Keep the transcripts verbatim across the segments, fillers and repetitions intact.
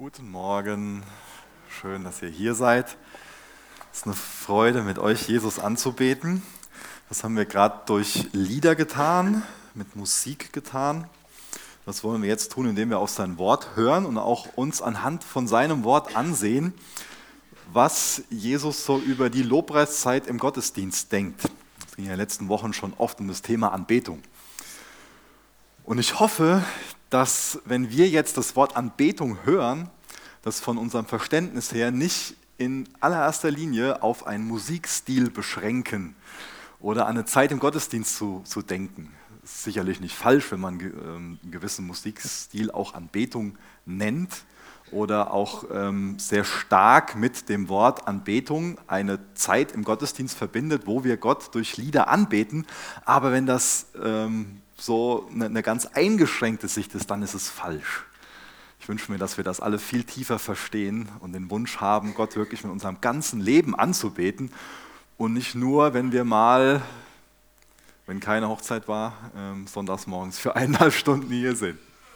Guten Morgen, schön, dass ihr hier seid. Es ist eine Freude, mit euch Jesus anzubeten. Das haben wir gerade durch Lieder getan, mit Musik getan. Das wollen wir jetzt tun, indem wir auf sein Wort hören und auch uns anhand von seinem Wort ansehen, was Jesus so über die Lobpreiszeit im Gottesdienst denkt. Es ging ja in den letzten Wochen schon oft um das Thema Anbetung. Und ich hoffe, dass wenn wir jetzt das Wort Anbetung hören, das von unserem Verständnis her nicht in allererster Linie auf einen Musikstil beschränken oder an eine Zeit im Gottesdienst zu, zu denken. Das ist sicherlich nicht falsch, wenn man ähm, einen gewissen Musikstil auch Anbetung nennt oder auch ähm, sehr stark mit dem Wort Anbetung eine Zeit im Gottesdienst verbindet, wo wir Gott durch Lieder anbeten. Aber wenn das ähm, so eine, eine ganz eingeschränkte Sicht ist, dann ist es falsch. Ich wünsche mir, dass wir das alle viel tiefer verstehen und den Wunsch haben, Gott wirklich mit unserem ganzen Leben anzubeten und nicht nur, wenn wir mal, wenn keine Hochzeit war, ähm, sonntags morgens für eineinhalb Stunden hier sind.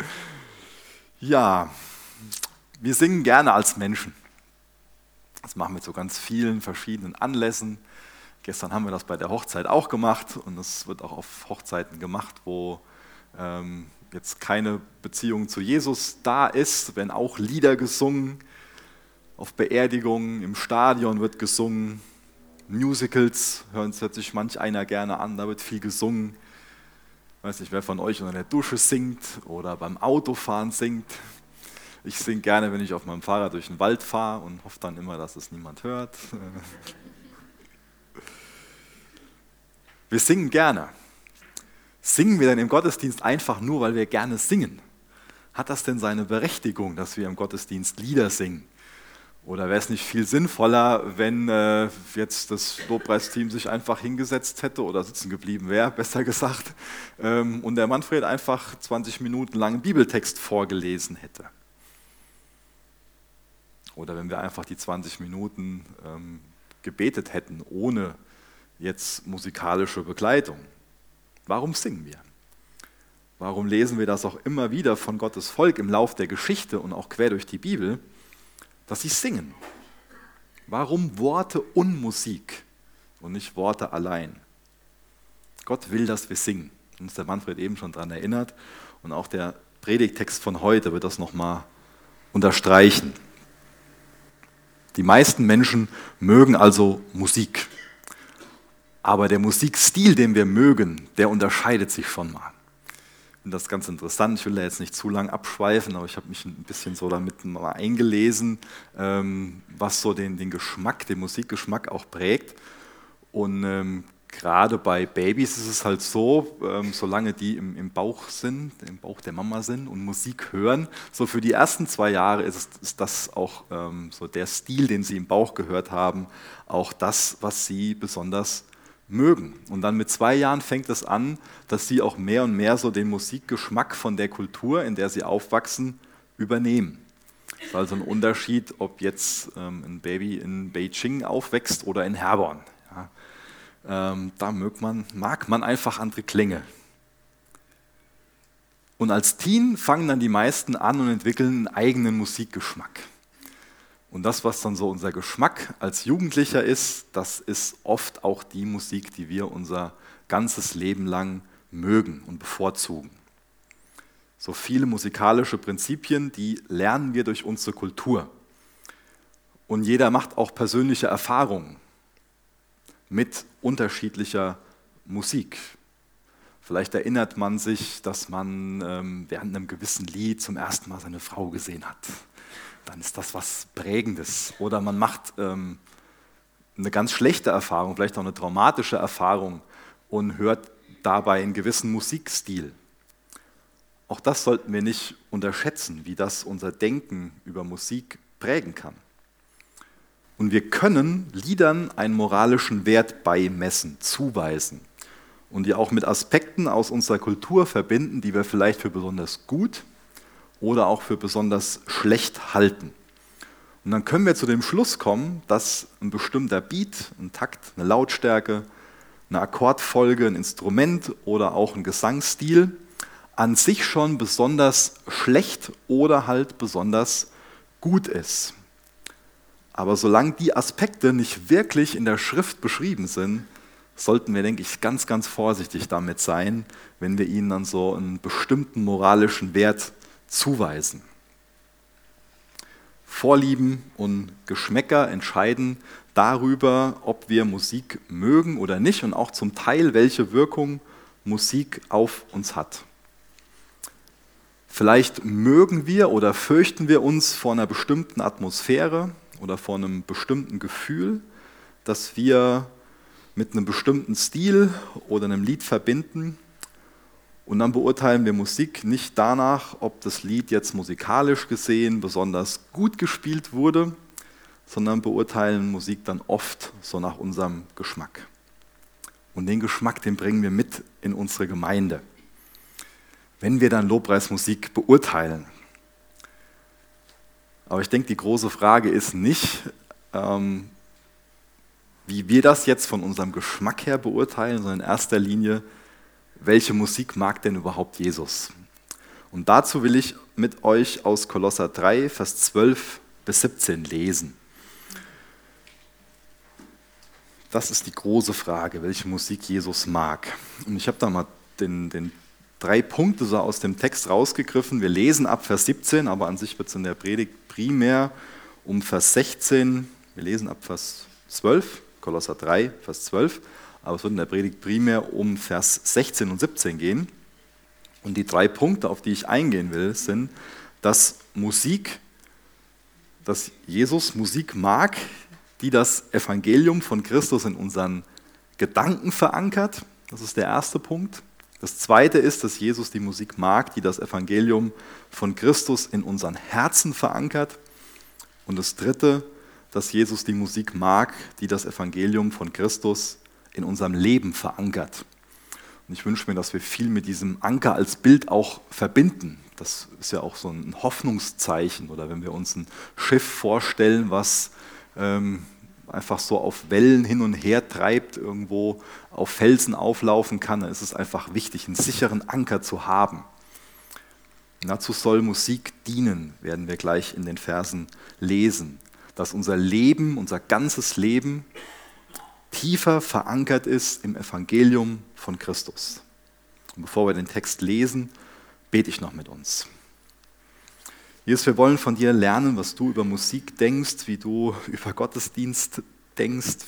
Ja, wir singen gerne als Menschen. Das machen wir zu ganz vielen verschiedenen Anlässen. Gestern haben wir das bei der Hochzeit auch gemacht und es wird auch auf Hochzeiten gemacht, wo ähm, jetzt keine Beziehung zu Jesus da ist, wenn auch Lieder gesungen, auf Beerdigungen, im Stadion wird gesungen, Musicals hören sich manch einer gerne an, da wird viel gesungen. Ich weiß nicht, wer von euch unter der Dusche singt oder beim Autofahren singt. Ich singe gerne, wenn ich auf meinem Fahrrad durch den Wald fahre und hoffe dann immer, dass es niemand hört. Wir singen gerne. Singen wir denn im Gottesdienst einfach nur, weil wir gerne singen? Hat das denn seine Berechtigung, dass wir im Gottesdienst Lieder singen? Oder wäre es nicht viel sinnvoller, wenn äh, jetzt das Lobpreisteam sich einfach hingesetzt hätte oder sitzen geblieben wäre, besser gesagt, ähm, und der Manfred einfach zwanzig Minuten lang einen Bibeltext vorgelesen hätte? Oder wenn wir einfach die zwanzig Minuten ähm, gebetet hätten, ohne jetzt musikalische Begleitung. Warum singen wir? Warum lesen wir das auch immer wieder von Gottes Volk im Lauf der Geschichte und auch quer durch die Bibel, dass sie singen? Warum Worte und Musik und nicht Worte allein? Gott will, dass wir singen. Uns der Manfred eben schon daran erinnert und auch der Predigttext von heute wird das nochmal unterstreichen. Die meisten Menschen mögen also Musik. Aber der Musikstil, den wir mögen, der unterscheidet sich schon mal. Und das ist ganz interessant, ich will da jetzt nicht zu lang abschweifen, aber ich habe mich ein bisschen so damit mal eingelesen, was so den, den Geschmack, den Musikgeschmack auch prägt. Und ähm, gerade bei Babys ist es halt so, ähm, solange die im, im Bauch sind, im Bauch der Mama sind und Musik hören, so für die ersten zwei Jahre ist, es, ist das auch ähm, so der Stil, den sie im Bauch gehört haben, auch das, was sie besonders mögen. Und dann mit zwei Jahren fängt es an, dass sie auch mehr und mehr so den Musikgeschmack von der Kultur, in der sie aufwachsen, übernehmen. Es ist also ein Unterschied, ob jetzt ähm, ein Baby in Beijing aufwächst oder in Herborn. Ja, ähm, da mag man, mag man einfach andere Klänge. Und als Teen fangen dann die meisten an und entwickeln einen eigenen Musikgeschmack. Und das, was dann so unser Geschmack als Jugendlicher ist, das ist oft auch die Musik, die wir unser ganzes Leben lang mögen und bevorzugen. So viele musikalische Prinzipien, die lernen wir durch unsere Kultur. Und jeder macht auch persönliche Erfahrungen mit unterschiedlicher Musik. Vielleicht erinnert man sich, dass man ähm, während einem gewissen Lied zum ersten Mal seine Frau gesehen hat. Dann ist das was Prägendes. Oder man macht ähm, eine ganz schlechte Erfahrung, vielleicht auch eine traumatische Erfahrung und hört dabei einen gewissen Musikstil. Auch das sollten wir nicht unterschätzen, wie das unser Denken über Musik prägen kann. Und wir können Liedern einen moralischen Wert beimessen, zuweisen und die auch mit Aspekten aus unserer Kultur verbinden, die wir vielleicht für besonders gut oder auch für besonders schlecht halten. Und dann können wir zu dem Schluss kommen, dass ein bestimmter Beat, ein Takt, eine Lautstärke, eine Akkordfolge, ein Instrument oder auch ein Gesangsstil an sich schon besonders schlecht oder halt besonders gut ist. Aber solange die Aspekte nicht wirklich in der Schrift beschrieben sind, sollten wir, denke ich, ganz, ganz vorsichtig damit sein, wenn wir ihnen dann so einen bestimmten moralischen Wert zuweisen. Vorlieben und Geschmäcker entscheiden darüber, ob wir Musik mögen oder nicht und auch zum Teil, welche Wirkung Musik auf uns hat. Vielleicht mögen wir oder fürchten wir uns vor einer bestimmten Atmosphäre oder vor einem bestimmten Gefühl, das wir mit einem bestimmten Stil oder einem Lied verbinden. Und dann beurteilen wir Musik nicht danach, ob das Lied jetzt musikalisch gesehen besonders gut gespielt wurde, sondern beurteilen Musik dann oft so nach unserem Geschmack. Und den Geschmack, den bringen wir mit in unsere Gemeinde, wenn wir dann Lobpreismusik beurteilen. Aber ich denke, die große Frage ist nicht, ähm, wie wir das jetzt von unserem Geschmack her beurteilen, sondern in erster Linie, welche Musik mag denn überhaupt Jesus? Und dazu will ich mit euch aus Kolosser drei, Vers zwölf bis siebzehn lesen. Das ist die große Frage, welche Musik Jesus mag. Und ich habe da mal den, den drei Punkte so aus dem Text rausgegriffen. Wir lesen ab Vers siebzehn, aber an sich wird es in der Predigt primär um Vers sechzehn, wir lesen ab Vers zwölf, Kolosser drei, Vers zwölf, aber es wird in der Predigt primär um Vers sechzehn und siebzehn gehen. Und die drei Punkte, auf die ich eingehen will, sind, dass Musik, dass Jesus Musik mag, die das Evangelium von Christus in unseren Gedanken verankert. Das ist der erste Punkt. Das zweite ist, dass Jesus die Musik mag, die das Evangelium von Christus in unseren Herzen verankert. Und das dritte, dass Jesus die Musik mag, die das Evangelium von Christus in unserem Leben verankert. Und ich wünsche mir, dass wir viel mit diesem Anker als Bild auch verbinden. Das ist ja auch so ein Hoffnungszeichen. Oder wenn wir uns ein Schiff vorstellen, was ähm, einfach so auf Wellen hin und her treibt, irgendwo auf Felsen auflaufen kann, dann ist es einfach wichtig, einen sicheren Anker zu haben. Und dazu soll Musik dienen, werden wir gleich in den Versen lesen. Dass unser Leben, unser ganzes Leben tiefer verankert ist im Evangelium von Christus. Und bevor wir den Text lesen, bete ich noch mit uns. Jesus, wir wollen von dir lernen, was du über Musik denkst, wie du über Gottesdienst denkst.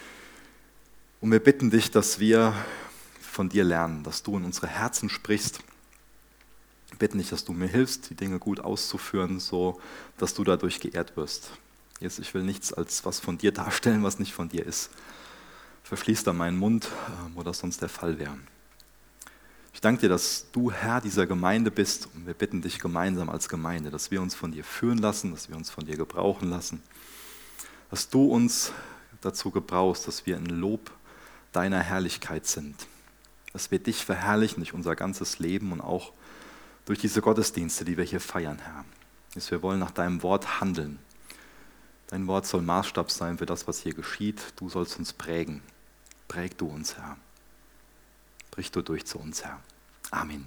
Und wir bitten dich, dass wir von dir lernen, dass du in unsere Herzen sprichst. Wir bitten dich, dass du mir hilfst, die Dinge gut auszuführen, so dass du dadurch geehrt wirst. Jesus, ich will nichts als was von dir darstellen, was nicht von dir ist. Verschließ da meinen Mund, wo das sonst der Fall wäre. Ich danke dir, dass du Herr dieser Gemeinde bist und wir bitten dich gemeinsam als Gemeinde, dass wir uns von dir führen lassen, dass wir uns von dir gebrauchen lassen, dass du uns dazu gebrauchst, dass wir in Lob deiner Herrlichkeit sind, dass wir dich verherrlichen durch unser ganzes Leben und auch durch diese Gottesdienste, die wir hier feiern, Herr. Dass wir wollen nach deinem Wort handeln. Dein Wort soll Maßstab sein für das, was hier geschieht. Du sollst uns prägen. Präg du uns, Herr. Brich du durch zu uns, Herr. Amen.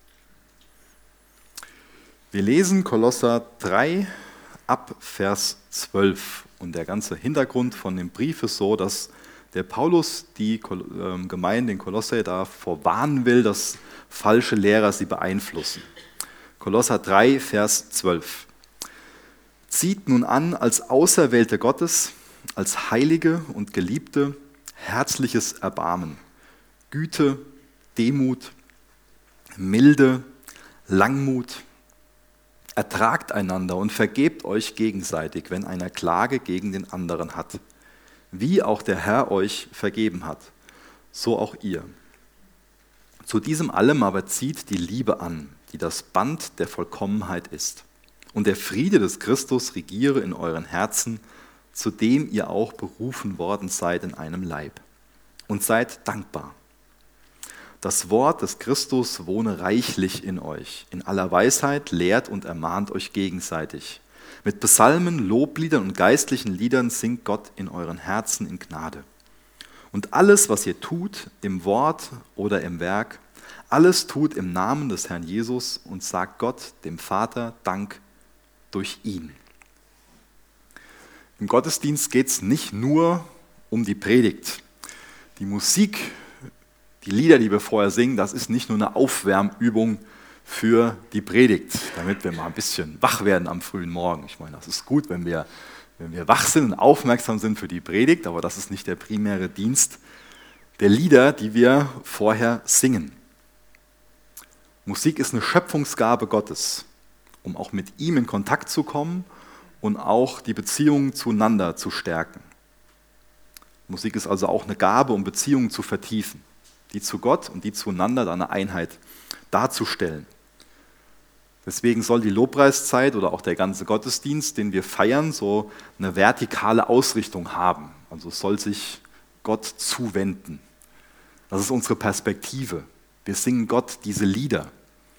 Wir lesen Kolosser drei ab Vers zwölf. Und der ganze Hintergrund von dem Brief ist so, dass der Paulus die Gemeinde in Kolosse davor warnen will, dass falsche Lehrer sie beeinflussen. Kolosser drei, Vers zwölf. Zieht nun an als Auserwählte Gottes, als Heilige und Geliebte, herzliches Erbarmen, Güte, Demut, Milde, Langmut. Ertragt einander und vergebt euch gegenseitig, wenn einer Klage gegen den anderen hat. Wie auch der Herr euch vergeben hat, so auch ihr. Zu diesem allem aber zieht die Liebe an, die das Band der Vollkommenheit ist. Und der Friede des Christus regiere in euren Herzen, zu dem ihr auch berufen worden seid in einem Leib. Und seid dankbar. Das Wort des Christus wohne reichlich in euch. In aller Weisheit lehrt und ermahnt euch gegenseitig. Mit Psalmen, Lobliedern und geistlichen Liedern singt Gott in euren Herzen in Gnade. Und alles, was ihr tut, im Wort oder im Werk, alles tut im Namen des Herrn Jesus und sagt Gott, dem Vater, Dank durch ihn. Im Gottesdienst geht es nicht nur um die Predigt. Die Musik, die Lieder, die wir vorher singen, das ist nicht nur eine Aufwärmübung für die Predigt, damit wir mal ein bisschen wach werden am frühen Morgen. Ich meine, das ist gut, wenn wir, wenn wir wach sind und aufmerksam sind für die Predigt, aber das ist nicht der primäre Dienst der Lieder, die wir vorher singen. Musik ist eine Schöpfungsgabe Gottes, um auch mit ihm in Kontakt zu kommen und auch die Beziehungen zueinander zu stärken. Musik ist also auch eine Gabe, um Beziehungen zu vertiefen, die zu Gott und die zueinander, dann eine Einheit darzustellen. Deswegen soll die Lobpreiszeit oder auch der ganze Gottesdienst, den wir feiern, so eine vertikale Ausrichtung haben. Also es soll sich Gott zuwenden. Das ist unsere Perspektive. Wir singen Gott diese Lieder.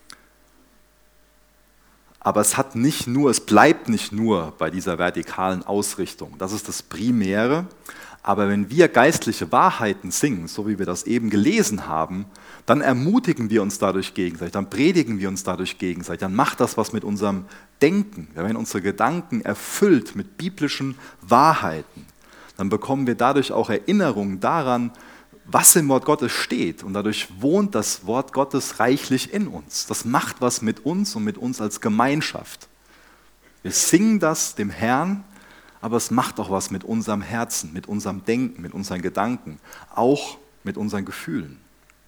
Aber es hat nicht nur, es bleibt nicht nur bei dieser vertikalen Ausrichtung. Das ist das Primäre. Aber wenn wir geistliche Wahrheiten singen, so wie wir das eben gelesen haben, dann ermutigen wir uns dadurch gegenseitig, dann predigen wir uns dadurch gegenseitig, dann macht das was mit unserem Denken. Wenn unsere Gedanken erfüllt mit biblischen Wahrheiten, dann bekommen wir dadurch auch Erinnerungen daran, was im Wort Gottes steht. Und dadurch wohnt das Wort Gottes reichlich in uns. Das macht was mit uns und mit uns als Gemeinschaft. Wir singen das dem Herrn, aber es macht auch was mit unserem Herzen, mit unserem Denken, mit unseren Gedanken, auch mit unseren Gefühlen.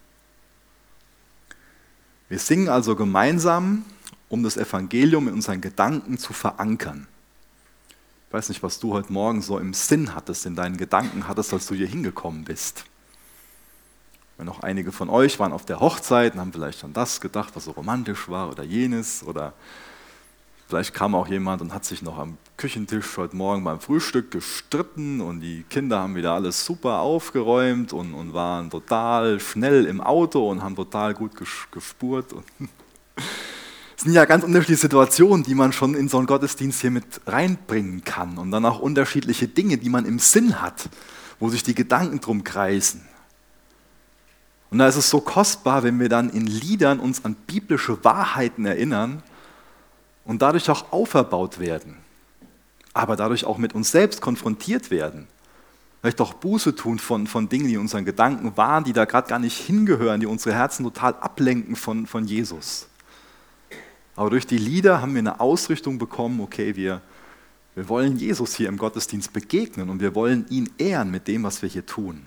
Wir singen also gemeinsam, um das Evangelium in unseren Gedanken zu verankern. Ich weiß nicht, was du heute Morgen so im Sinn hattest, in deinen Gedanken hattest, als du hier hingekommen bist. Wenn auch einige von euch waren auf der Hochzeit und haben vielleicht an das gedacht, was so romantisch war oder jenes. Oder vielleicht kam auch jemand und hat sich noch am Küchentisch heute Morgen beim Frühstück gestritten und die Kinder haben wieder alles super aufgeräumt und, und waren total schnell im Auto und haben total gut gespurt. Es sind ja ganz unterschiedliche Situationen, die man schon in so einen Gottesdienst hier mit reinbringen kann. Und dann auch unterschiedliche Dinge, die man im Sinn hat, wo sich die Gedanken drum kreisen. Und da ist es so kostbar, wenn wir dann in Liedern uns an biblische Wahrheiten erinnern und dadurch auch auferbaut werden, aber dadurch auch mit uns selbst konfrontiert werden. Vielleicht auch Buße tun von, von Dingen, die in unseren Gedanken waren, die da gerade gar nicht hingehören, die unsere Herzen total ablenken von, von Jesus. Aber durch die Lieder haben wir eine Ausrichtung bekommen, okay, wir, wir wollen Jesus hier im Gottesdienst begegnen und wir wollen ihn ehren mit dem, was wir hier tun.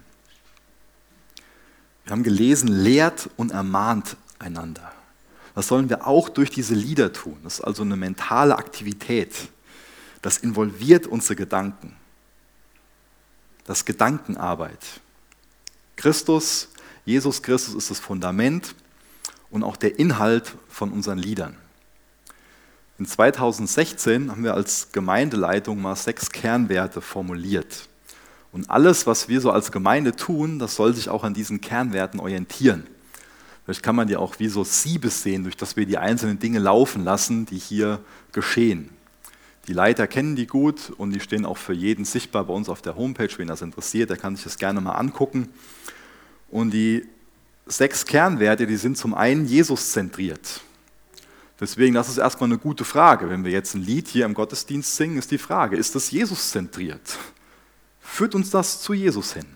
Wir haben gelesen, lehrt und ermahnt einander. Das sollen wir auch durch diese Lieder tun. Das ist also eine mentale Aktivität. Das involviert unsere Gedanken. Das ist Gedankenarbeit. Christus, Jesus Christus ist das Fundament und auch der Inhalt von unseren Liedern. In zweitausendsechzehn haben wir als Gemeindeleitung mal sechs Kernwerte formuliert. Und alles, was wir so als Gemeinde tun, das soll sich auch an diesen Kernwerten orientieren. Vielleicht kann man die auch wie so Siebes sehen, durch das wir die einzelnen Dinge laufen lassen, die hier geschehen. Die Leiter kennen die gut und die stehen auch für jeden sichtbar bei uns auf der Homepage. Wen das interessiert, der kann sich das gerne mal angucken. Und die sechs Kernwerte, die sind zum einen Jesus-zentriert. Deswegen, das ist erstmal eine gute Frage. Wenn wir jetzt ein Lied hier im Gottesdienst singen, ist die Frage, ist das Jesus-zentriert? Führt uns das zu Jesus hin?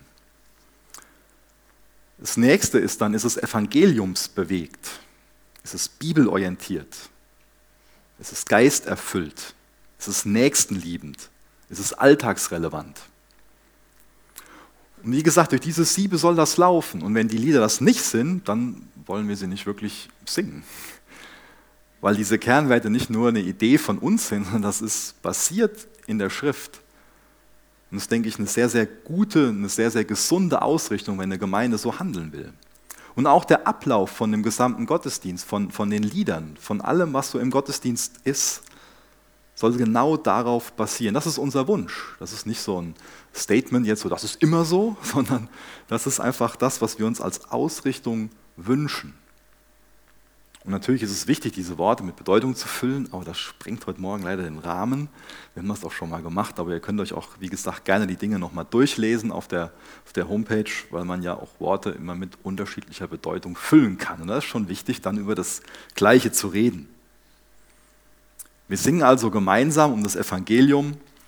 Das nächste ist dann, ist es evangeliumsbewegt? Ist es bibelorientiert? Ist es geisterfüllt? Ist es nächstenliebend? Ist es alltagsrelevant? Und wie gesagt, durch diese Siebe soll das laufen. Und wenn die Lieder das nicht sind, dann wollen wir sie nicht wirklich singen. Weil diese Kernwerte nicht nur eine Idee von uns sind, sondern das ist basiert in der Schrift. Und das ist, denke ich, eine sehr, sehr gute, eine sehr, sehr gesunde Ausrichtung, wenn eine Gemeinde so handeln will. Und auch der Ablauf von dem gesamten Gottesdienst, von, von den Liedern, von allem, was so im Gottesdienst ist, soll genau darauf basieren. Das ist unser Wunsch. Das ist nicht so ein Statement jetzt, so das ist immer so, sondern das ist einfach das, was wir uns als Ausrichtung wünschen. Und natürlich ist es wichtig, diese Worte mit Bedeutung zu füllen, aber das sprengt heute Morgen leider den Rahmen. Wir haben das auch schon mal gemacht, aber ihr könnt euch auch, wie gesagt, gerne die Dinge nochmal durchlesen auf der, auf der Homepage, weil man ja auch Worte immer mit unterschiedlicher Bedeutung füllen kann. Und das ist schon wichtig, dann über das Gleiche zu reden. Wir singen also gemeinsam um das Evangelium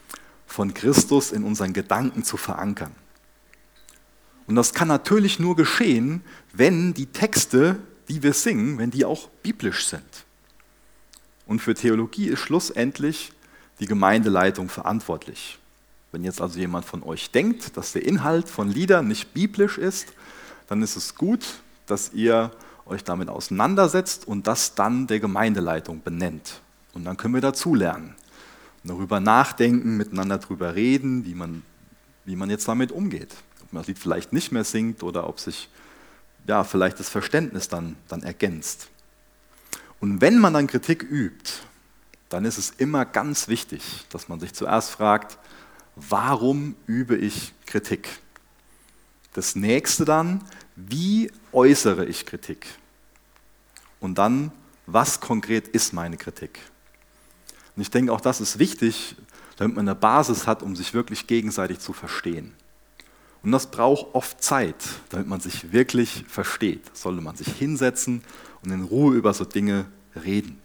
von Christus in unseren Gedanken zu verankern. Und das kann natürlich nur geschehen, wenn die Texte, die wir singen, wenn die auch biblisch sind. Und für Theologie ist schlussendlich die Gemeindeleitung verantwortlich. Wenn jetzt also jemand von euch denkt, dass der Inhalt von Liedern nicht biblisch ist, dann ist es gut, dass ihr euch damit auseinandersetzt und das dann der Gemeindeleitung benennt. Und dann können wir dazulernen, darüber nachdenken, miteinander darüber reden, wie man, wie man jetzt damit umgeht. Ob man das Lied vielleicht nicht mehr singt oder ob sich ja, vielleicht das Verständnis dann, dann ergänzt. Und wenn man dann Kritik übt, dann ist es immer ganz wichtig, dass man sich zuerst fragt, warum übe ich Kritik? Das nächste dann, wie äußere ich Kritik? Und dann, was konkret ist meine Kritik? Und ich denke, auch das ist wichtig, damit man eine Basis hat, um sich wirklich gegenseitig zu verstehen. Und das braucht oft Zeit, damit man sich wirklich versteht. Da sollte man sich hinsetzen und in Ruhe über so Dinge reden.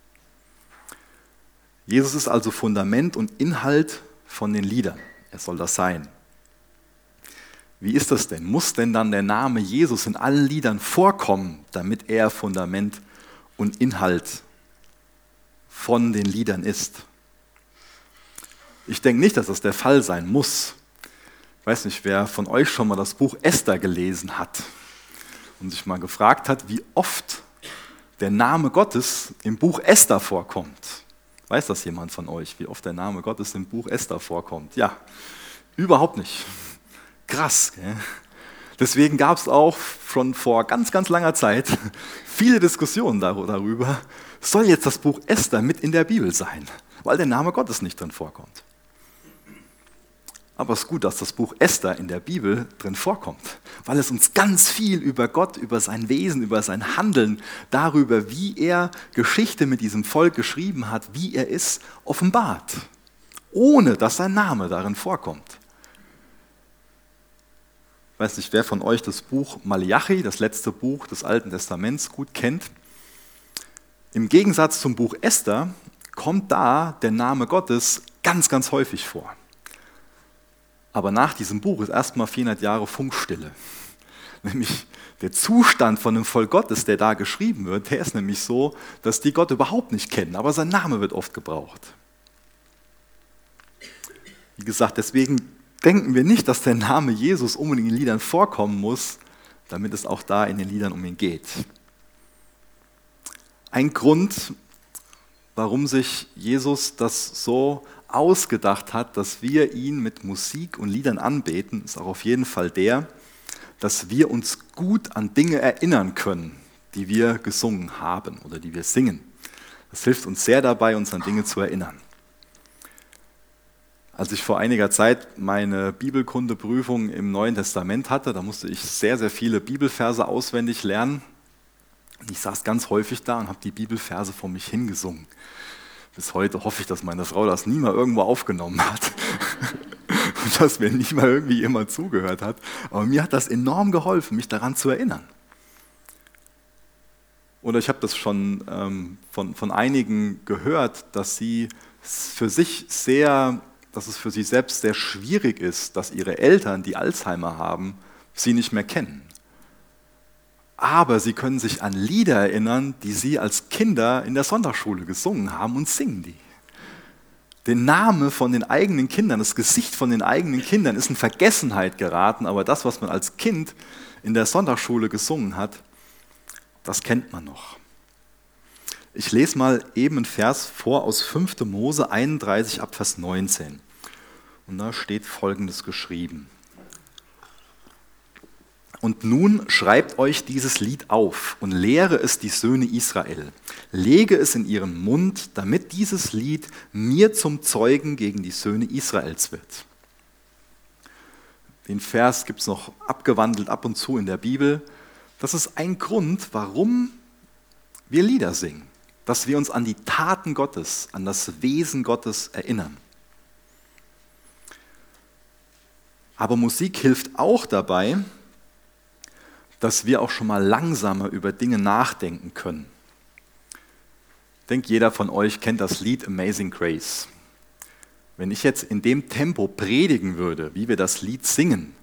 Jesus ist also Fundament und Inhalt von den Liedern. Er soll das sein. Wie ist das denn? Muss denn dann der Name Jesus in allen Liedern vorkommen, damit er Fundament und Inhalt von den Liedern ist? Ich denke nicht, dass das der Fall sein muss. Ich weiß nicht, wer von euch schon mal das Buch Esther gelesen hat und sich mal gefragt hat, wie oft der Name Gottes im Buch Esther vorkommt. Weiß das jemand von euch, wie oft der Name Gottes im Buch Esther vorkommt? Ja, überhaupt nicht. Krass, gell? Deswegen gab es auch schon vor ganz, ganz langer Zeit viele Diskussionen darüber, soll jetzt das Buch Esther mit in der Bibel sein, weil der Name Gottes nicht drin vorkommt. Aber es ist gut, dass das Buch Esther in der Bibel drin vorkommt, weil es uns ganz viel über Gott, über sein Wesen, über sein Handeln, darüber, wie er Geschichte mit diesem Volk geschrieben hat, wie er ist, offenbart, ohne dass sein Name darin vorkommt. Ich weiß nicht, wer von euch das Buch Maleachi, das letzte Buch des Alten Testaments, gut kennt. Im Gegensatz zum Buch Esther kommt da der Name Gottes ganz, ganz häufig vor. Aber nach diesem Buch ist erstmal vierhundert Jahre Funkstille. Nämlich der Zustand von dem Volk Gottes, der da geschrieben wird, der ist nämlich so, dass die Gott überhaupt nicht kennen, aber sein Name wird oft gebraucht. Wie gesagt, deswegen denken wir nicht, dass der Name Jesus unbedingt in den Liedern vorkommen muss, damit es auch da in den Liedern um ihn geht. Ein Grund, warum sich Jesus das so ausgedacht hat, dass wir ihn mit Musik und Liedern anbeten, ist auch auf jeden Fall der, dass wir uns gut an Dinge erinnern können, die wir gesungen haben oder die wir singen. Das hilft uns sehr dabei, uns an Dinge zu erinnern. Als ich vor einiger Zeit meine Bibelkundeprüfung im Neuen Testament hatte, da musste ich sehr, sehr viele Bibelverse auswendig lernen. Und ich saß ganz häufig da und habe die Bibelverse vor mich hingesungen. Bis heute hoffe ich, dass meine Frau das nie mal irgendwo aufgenommen hat und dass mir nie mal irgendwie jemand zugehört hat. Aber mir hat das enorm geholfen, mich daran zu erinnern. Oder ich habe das schon ähm, von, von einigen gehört, dass sie für sich sehr, dass es für sie selbst sehr schwierig ist, dass ihre Eltern, die Alzheimer haben, sie nicht mehr kennen. Aber sie können sich an Lieder erinnern, die sie als Kinder in der Sonntagsschule gesungen haben und singen die. Der Name von den eigenen Kindern, das Gesicht von den eigenen Kindern ist in Vergessenheit geraten, aber das, was man als Kind in der Sonntagsschule gesungen hat, das kennt man noch. Ich lese mal eben einen Vers vor aus fünfter Mose einunddreißig ab Vers neunzehn. Und da steht Folgendes geschrieben. Und nun schreibt euch dieses Lied auf und lehre es die Söhne Israel. Lege es in ihren Mund, damit dieses Lied mir zum Zeugen gegen die Söhne Israels wird. Den Vers gibt es noch abgewandelt ab und zu in der Bibel. Das ist ein Grund, warum wir Lieder singen. Dass wir uns an die Taten Gottes, an das Wesen Gottes erinnern. Aber Musik hilft auch dabei, dass wir auch schon mal langsamer über Dinge nachdenken können. Ich denke, jeder von euch kennt das Lied Amazing Grace. Wenn ich jetzt in dem Tempo predigen würde, wie wir das Lied singen,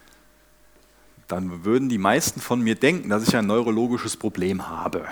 dann würden die meisten von mir denken, dass ich ein neurologisches Problem habe.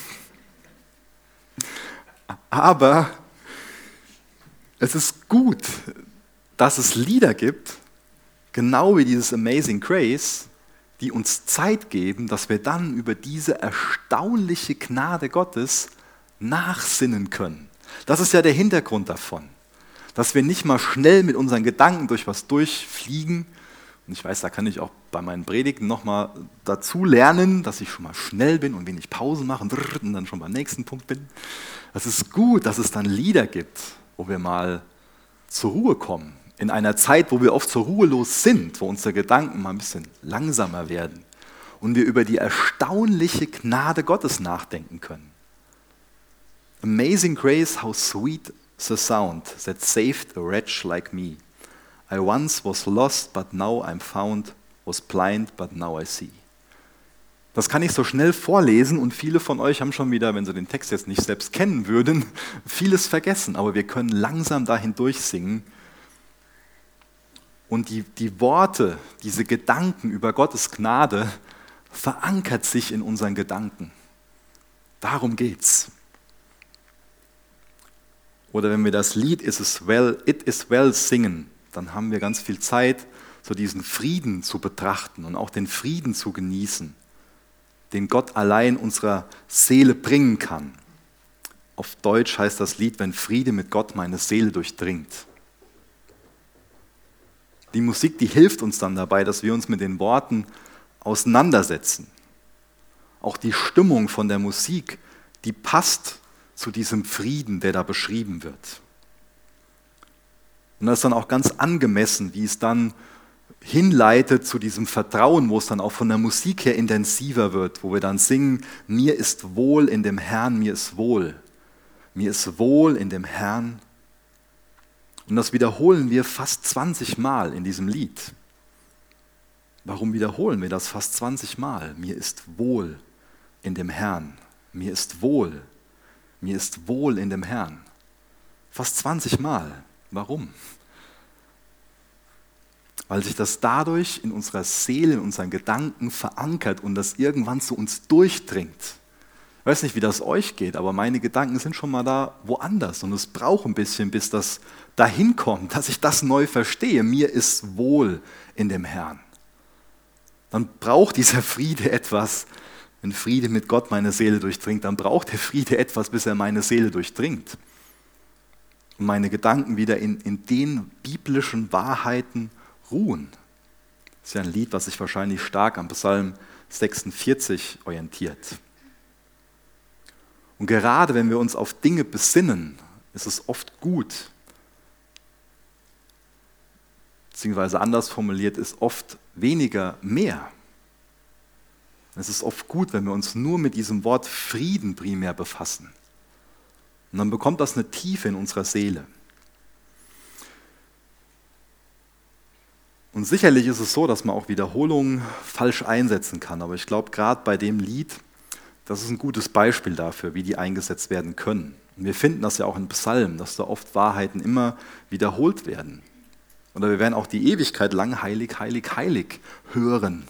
Aber es ist gut, dass es Lieder gibt, genau wie dieses Amazing Grace, die uns Zeit geben, dass wir dann über diese erstaunliche Gnade Gottes nachsinnen können. Das ist ja der Hintergrund davon, dass wir nicht mal schnell mit unseren Gedanken durch was durchfliegen. Und ich weiß, da kann ich auch bei meinen Predigten nochmal dazu lernen, dass ich schon mal schnell bin und wenig Pausen mache und dann schon beim nächsten Punkt bin. Es ist gut, dass es dann Lieder gibt, wo wir mal zur Ruhe kommen. In einer Zeit, wo wir oft so ruhelos sind, wo unsere Gedanken mal ein bisschen langsamer werden und wir über die erstaunliche Gnade Gottes nachdenken können. Amazing grace, how sweet the sound that saved a wretch like me. I once was lost, but now I'm found, was blind, but now I see. Das kann ich so schnell vorlesen und viele von euch haben schon wieder, wenn sie den Text jetzt nicht selbst kennen würden, vieles vergessen. Aber wir können langsam dahin durchsingen. Und die, die Worte, diese Gedanken über Gottes Gnade verankert sich in unseren Gedanken. Darum geht's. Oder wenn wir das Lied It is well, It is well singen, dann haben wir ganz viel Zeit, so diesen Frieden zu betrachten und auch den Frieden zu genießen, den Gott allein unserer Seele bringen kann. Auf Deutsch heißt das Lied, wenn Friede mit Gott meine Seele durchdringt. Die Musik, die hilft uns dann dabei, dass wir uns mit den Worten auseinandersetzen. Auch die Stimmung von der Musik, die passt zu diesem Frieden, der da beschrieben wird. Und das ist dann auch ganz angemessen, wie es dann hinleitet zu diesem Vertrauen, wo es dann auch von der Musik her intensiver wird, wo wir dann singen, mir ist wohl in dem Herrn, mir ist wohl. Mir ist wohl in dem Herrn. Und das wiederholen wir fast zwanzig Mal in diesem Lied. Warum wiederholen wir das fast zwanzig Mal? Mir ist wohl in dem Herrn. Mir ist wohl. Mir ist wohl in dem Herrn. Fast zwanzig Mal. Warum? Weil sich das dadurch in unserer Seele, in unseren Gedanken verankert und das irgendwann zu uns durchdringt. Ich weiß nicht, wie das euch geht, aber meine Gedanken sind schon mal da woanders und es braucht ein bisschen, bis das dahin kommt, dass ich das neu verstehe. Mir ist wohl in dem Herrn. Dann braucht dieser Friede etwas, wenn Friede mit Gott meine Seele durchdringt, dann braucht der Friede etwas, bis er meine Seele durchdringt. Und meine Gedanken wieder in, in den biblischen Wahrheiten ruhen. Das ist ja ein Lied, was sich wahrscheinlich stark am Psalm sechsundvierzig orientiert. Und gerade wenn wir uns auf Dinge besinnen, ist es oft gut, beziehungsweise anders formuliert, ist oft weniger mehr. Es ist oft gut, wenn wir uns nur mit diesem Wort Frieden primär befassen. Und dann bekommt das eine Tiefe in unserer Seele. Und sicherlich ist es so, dass man auch Wiederholungen falsch einsetzen kann. Aber ich glaube, gerade bei dem Lied, das ist ein gutes Beispiel dafür, wie die eingesetzt werden können. Und wir finden das ja auch in Psalmen, dass da oft Wahrheiten immer wiederholt werden. Oder wir werden auch die Ewigkeit lang heilig, heilig, heilig hören.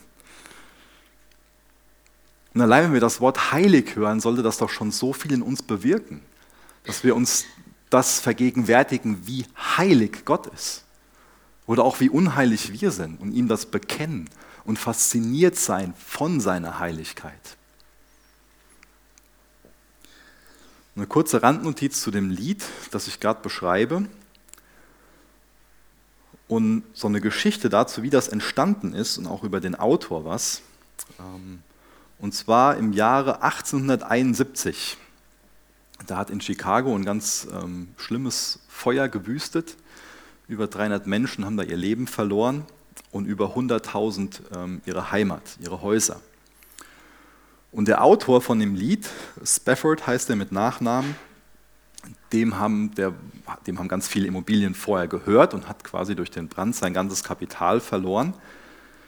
Und allein wenn wir das Wort heilig hören, sollte das doch schon so viel in uns bewirken, dass wir uns das vergegenwärtigen, wie heilig Gott ist. Oder auch wie unheilig wir sind und ihm das bekennen und fasziniert sein von seiner Heiligkeit. Eine kurze Randnotiz zu dem Lied, das ich gerade beschreibe. Und so eine Geschichte dazu, wie das entstanden ist und auch über den Autor was. Und zwar im Jahre achtzehnhunderteinundsiebzig. Da hat in Chicago ein ganz ähm, schlimmes Feuer gewüstet. Über dreihundert Menschen haben da ihr Leben verloren und über hunderttausend ähm, ihre Heimat, ihre Häuser. Und der Autor von dem Lied, Spafford heißt er mit Nachnamen, dem haben, der, dem haben ganz viele Immobilien vorher gehört und hat quasi durch den Brand sein ganzes Kapital verloren.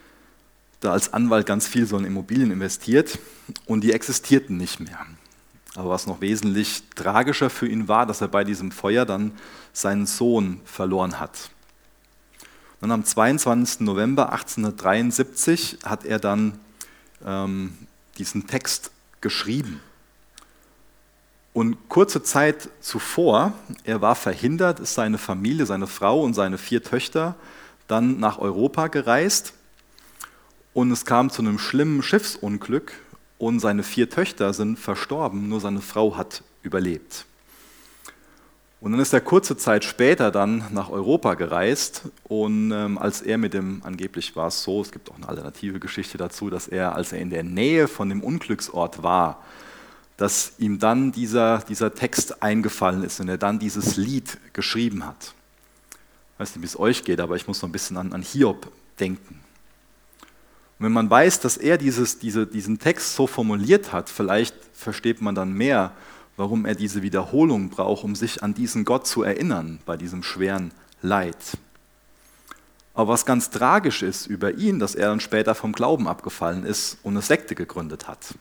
Da als Anwalt ganz viel so in Immobilien investiert und die existierten nicht mehr. Aber was noch wesentlich tragischer für ihn war, dass er bei diesem Feuer dann seinen Sohn verloren hat. Und am zweiundzwanzigsten November achtzehnhundertdreiundsiebzig hat er dann ähm, diesen Text geschrieben. Und kurze Zeit zuvor, er war verhindert, ist seine Familie, seine Frau und seine vier Töchter dann nach Europa gereist. Und es kam zu einem schlimmen Schiffsunglück und seine vier Töchter sind verstorben, nur seine Frau hat überlebt. Und dann ist er kurze Zeit später dann nach Europa gereist und ähm, als er mit dem, angeblich war es so, es gibt auch eine alternative Geschichte dazu, dass er, als er in der Nähe von dem Unglücksort war, dass ihm dann dieser, dieser Text eingefallen ist und er dann dieses Lied geschrieben hat. Ich weiß nicht, wie es euch geht, aber ich muss noch ein bisschen an, an Hiob denken. Und wenn man weiß, dass er dieses, diese, diesen Text so formuliert hat, vielleicht versteht man dann mehr, warum er diese Wiederholung braucht, um sich an diesen Gott zu erinnern bei diesem schweren Leid. Aber was ganz tragisch ist über ihn, dass er dann später vom Glauben abgefallen ist und eine Sekte gegründet hat.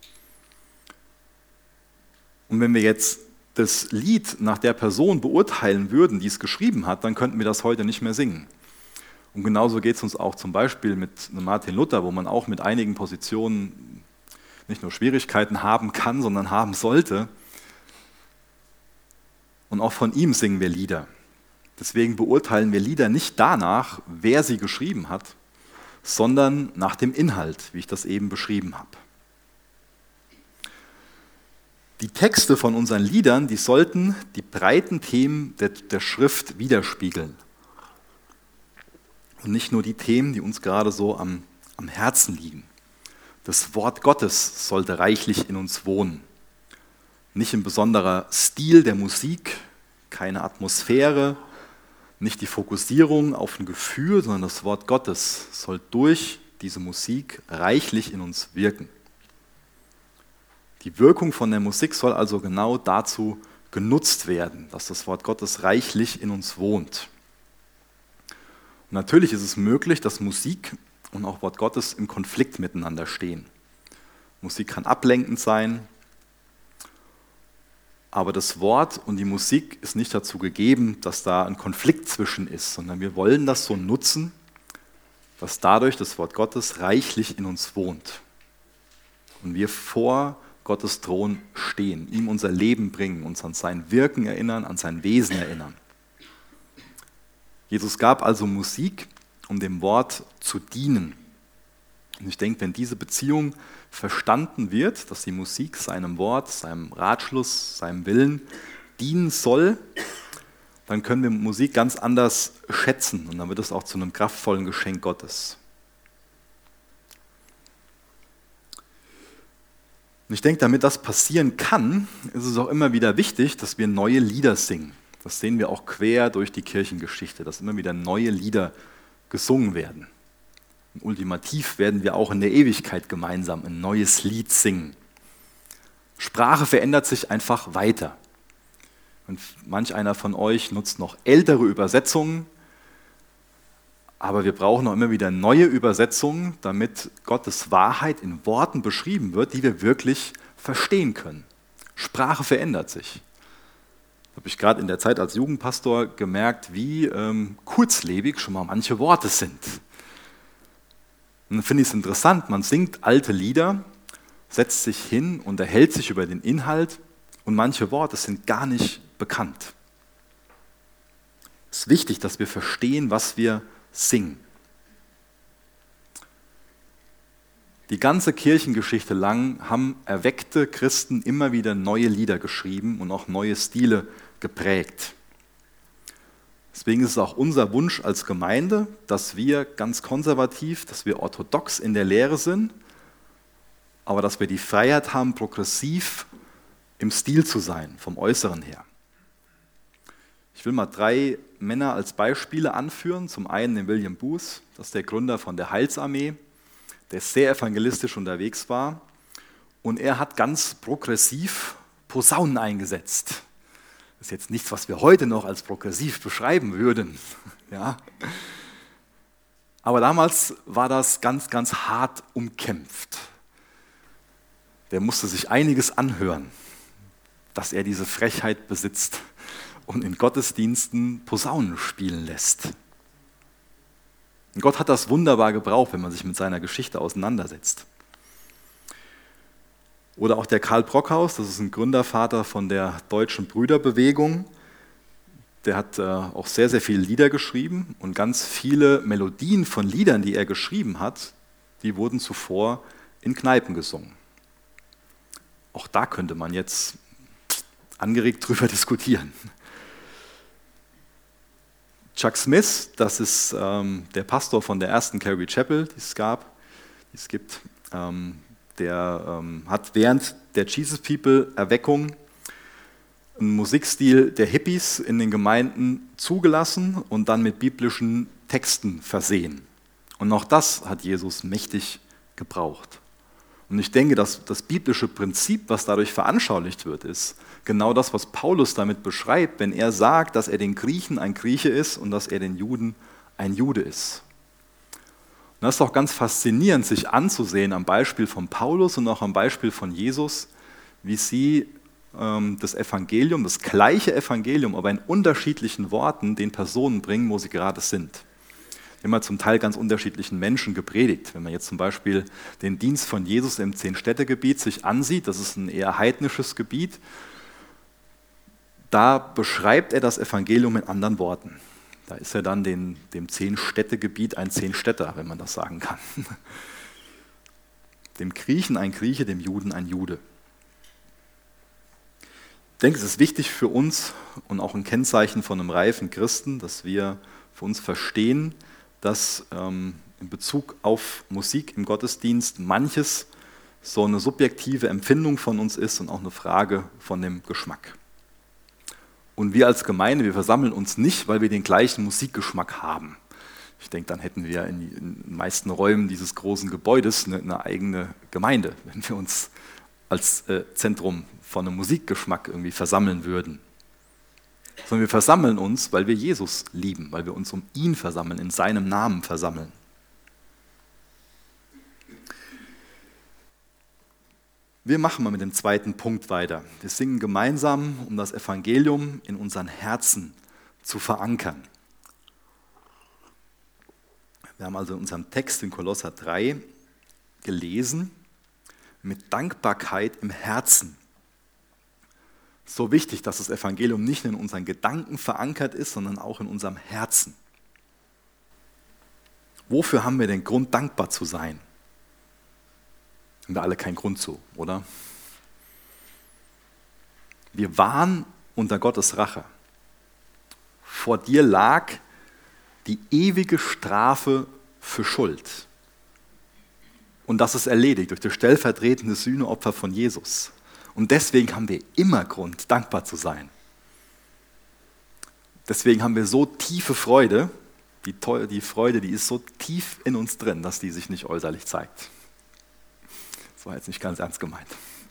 Und wenn wir jetzt das Lied nach der Person beurteilen würden, die es geschrieben hat, dann könnten wir das heute nicht mehr singen. Und genauso geht es uns auch zum Beispiel mit Martin Luther, wo man auch mit einigen Positionen nicht nur Schwierigkeiten haben kann, sondern haben sollte. Und auch von ihm singen wir Lieder. Deswegen beurteilen wir Lieder nicht danach, wer sie geschrieben hat, sondern nach dem Inhalt, wie ich das eben beschrieben habe. Die Texte von unseren Liedern, die sollten die breiten Themen der, der Schrift widerspiegeln. Und nicht nur die Themen, die uns gerade so am, am Herzen liegen. Das Wort Gottes sollte reichlich in uns wohnen. Nicht ein besonderer Stil der Musik, keine Atmosphäre, nicht die Fokussierung auf ein Gefühl, sondern das Wort Gottes soll durch diese Musik reichlich in uns wirken. Die Wirkung von der Musik soll also genau dazu genutzt werden, dass das Wort Gottes reichlich in uns wohnt. Und natürlich ist es möglich, dass Musik und auch Wort Gottes im Konflikt miteinander stehen. Musik kann ablenkend sein, aber das Wort und die Musik ist nicht dazu gegeben, dass da ein Konflikt zwischen ist, sondern wir wollen das so nutzen, dass dadurch das Wort Gottes reichlich in uns wohnt und wir vor Gottes Thron stehen, ihm unser Leben bringen, uns an sein Wirken erinnern, an sein Wesen erinnern. Jesus gab also Musik, um dem Wort zu dienen. Und ich denke, wenn diese Beziehung verstanden wird, dass die Musik seinem Wort, seinem Ratschluss, seinem Willen dienen soll, dann können wir Musik ganz anders schätzen und dann wird es auch zu einem kraftvollen Geschenk Gottes. Und ich denke, damit das passieren kann, ist es auch immer wieder wichtig, dass wir neue Lieder singen. Das sehen wir auch quer durch die Kirchengeschichte, dass immer wieder neue Lieder gesungen werden. Und ultimativ werden wir auch in der Ewigkeit gemeinsam ein neues Lied singen. Sprache verändert sich einfach weiter. Und manch einer von euch nutzt noch ältere Übersetzungen, aber wir brauchen auch immer wieder neue Übersetzungen, damit Gottes Wahrheit in Worten beschrieben wird, die wir wirklich verstehen können. Sprache verändert sich. Das habe ich gerade in der Zeit als Jugendpastor gemerkt, wie ähm, kurzlebig schon mal manche Worte sind. Und dann finde ich es interessant, man singt alte Lieder, setzt sich hin, unterhält sich über den Inhalt und manche Worte sind gar nicht bekannt. Es ist wichtig, dass wir verstehen, was wir singen. Die ganze Kirchengeschichte lang haben erweckte Christen immer wieder neue Lieder geschrieben und auch neue Stile geprägt. Deswegen ist es auch unser Wunsch als Gemeinde, dass wir ganz konservativ, dass wir orthodox in der Lehre sind, aber dass wir die Freiheit haben, progressiv im Stil zu sein, vom Äußeren her. Ich will mal drei Männer als Beispiele anführen. Zum einen den William Booth, das ist der Gründer von der Heilsarmee, der sehr evangelistisch unterwegs war. Und er hat ganz progressiv Posaunen eingesetzt. Das ist jetzt nichts, was wir heute noch als progressiv beschreiben würden. Ja. Aber damals war das ganz, ganz hart umkämpft. Der musste sich einiges anhören. dass er diese Frechheit besitzt und in Gottesdiensten Posaunen spielen lässt. Und Gott hat das wunderbar gebraucht, wenn man sich mit seiner Geschichte auseinandersetzt. Oder auch der Karl Brockhaus, das ist ein Gründervater von der deutschen Brüderbewegung. Der hat äh, auch sehr, sehr viele Lieder geschrieben und ganz viele Melodien von Liedern, die er geschrieben hat, die wurden zuvor in Kneipen gesungen. Auch da könnte man jetzt angeregt drüber diskutieren. Chuck Smith, das ist ähm, der Pastor von der ersten Calvary Chapel, die es gab, die es gibt, ähm, der ähm, hat während der Jesus People Erweckung einen Musikstil der Hippies in den Gemeinden zugelassen und dann mit biblischen Texten versehen. Und auch das hat Jesus mächtig gebraucht. Und ich denke, dass das biblische Prinzip, was dadurch veranschaulicht wird, ist genau das, was Paulus damit beschreibt, wenn er sagt, dass er den Griechen ein Grieche ist und dass er den Juden ein Jude ist. Und das ist auch ganz faszinierend, sich anzusehen am Beispiel von Paulus und auch am Beispiel von Jesus, wie sie ähm, das Evangelium, das gleiche Evangelium, aber in unterschiedlichen Worten den Personen bringen, wo sie gerade sind. Immer zum Teil ganz unterschiedlichen Menschen gepredigt. Wenn man jetzt zum Beispiel den Dienst von Jesus im Zehn-Städte-Gebiet sich ansieht, das ist ein eher heidnisches Gebiet, da beschreibt er das Evangelium in anderen Worten. Da ist er dann den, dem Zehn-Städte-Gebiet ein Zehn-Städter, wenn man das sagen kann. Dem Griechen ein Grieche, dem Juden ein Jude. Ich denke, es ist wichtig für uns und auch ein Kennzeichen von einem reifen Christen, dass wir für uns verstehen, dass ähm, in Bezug auf Musik im Gottesdienst manches so eine subjektive Empfindung von uns ist und auch eine Frage von dem Geschmack. Und wir als Gemeinde, wir versammeln uns nicht, weil wir den gleichen Musikgeschmack haben. Ich denke, dann hätten wir in den meisten Räumen dieses großen Gebäudes eine, eine eigene Gemeinde, wenn wir uns als äh, Zentrum von einem Musikgeschmack irgendwie versammeln würden. Sondern wir versammeln uns, weil wir Jesus lieben, weil wir uns um ihn versammeln, in seinem Namen versammeln. Wir machen mal mit dem zweiten Punkt weiter. Wir singen gemeinsam, um das Evangelium in unseren Herzen zu verankern. Wir haben also in unserem Text in Kolosser drei gelesen, mit Dankbarkeit im Herzen. So wichtig, dass das Evangelium nicht nur in unseren Gedanken verankert ist, sondern auch in unserem Herzen. Wofür haben wir den Grund, dankbar zu sein? Haben wir alle keinen Grund zu, oder? Wir waren unter Gottes Rache. Vor dir lag die ewige Strafe für Schuld. Und das ist erledigt durch das stellvertretende Sühneopfer von Jesus. Und deswegen haben wir immer Grund, dankbar zu sein. Deswegen haben wir so tiefe Freude, die, die Freude, die ist so tief in uns drin, dass die sich nicht äußerlich zeigt. Das war jetzt nicht ganz ernst gemeint.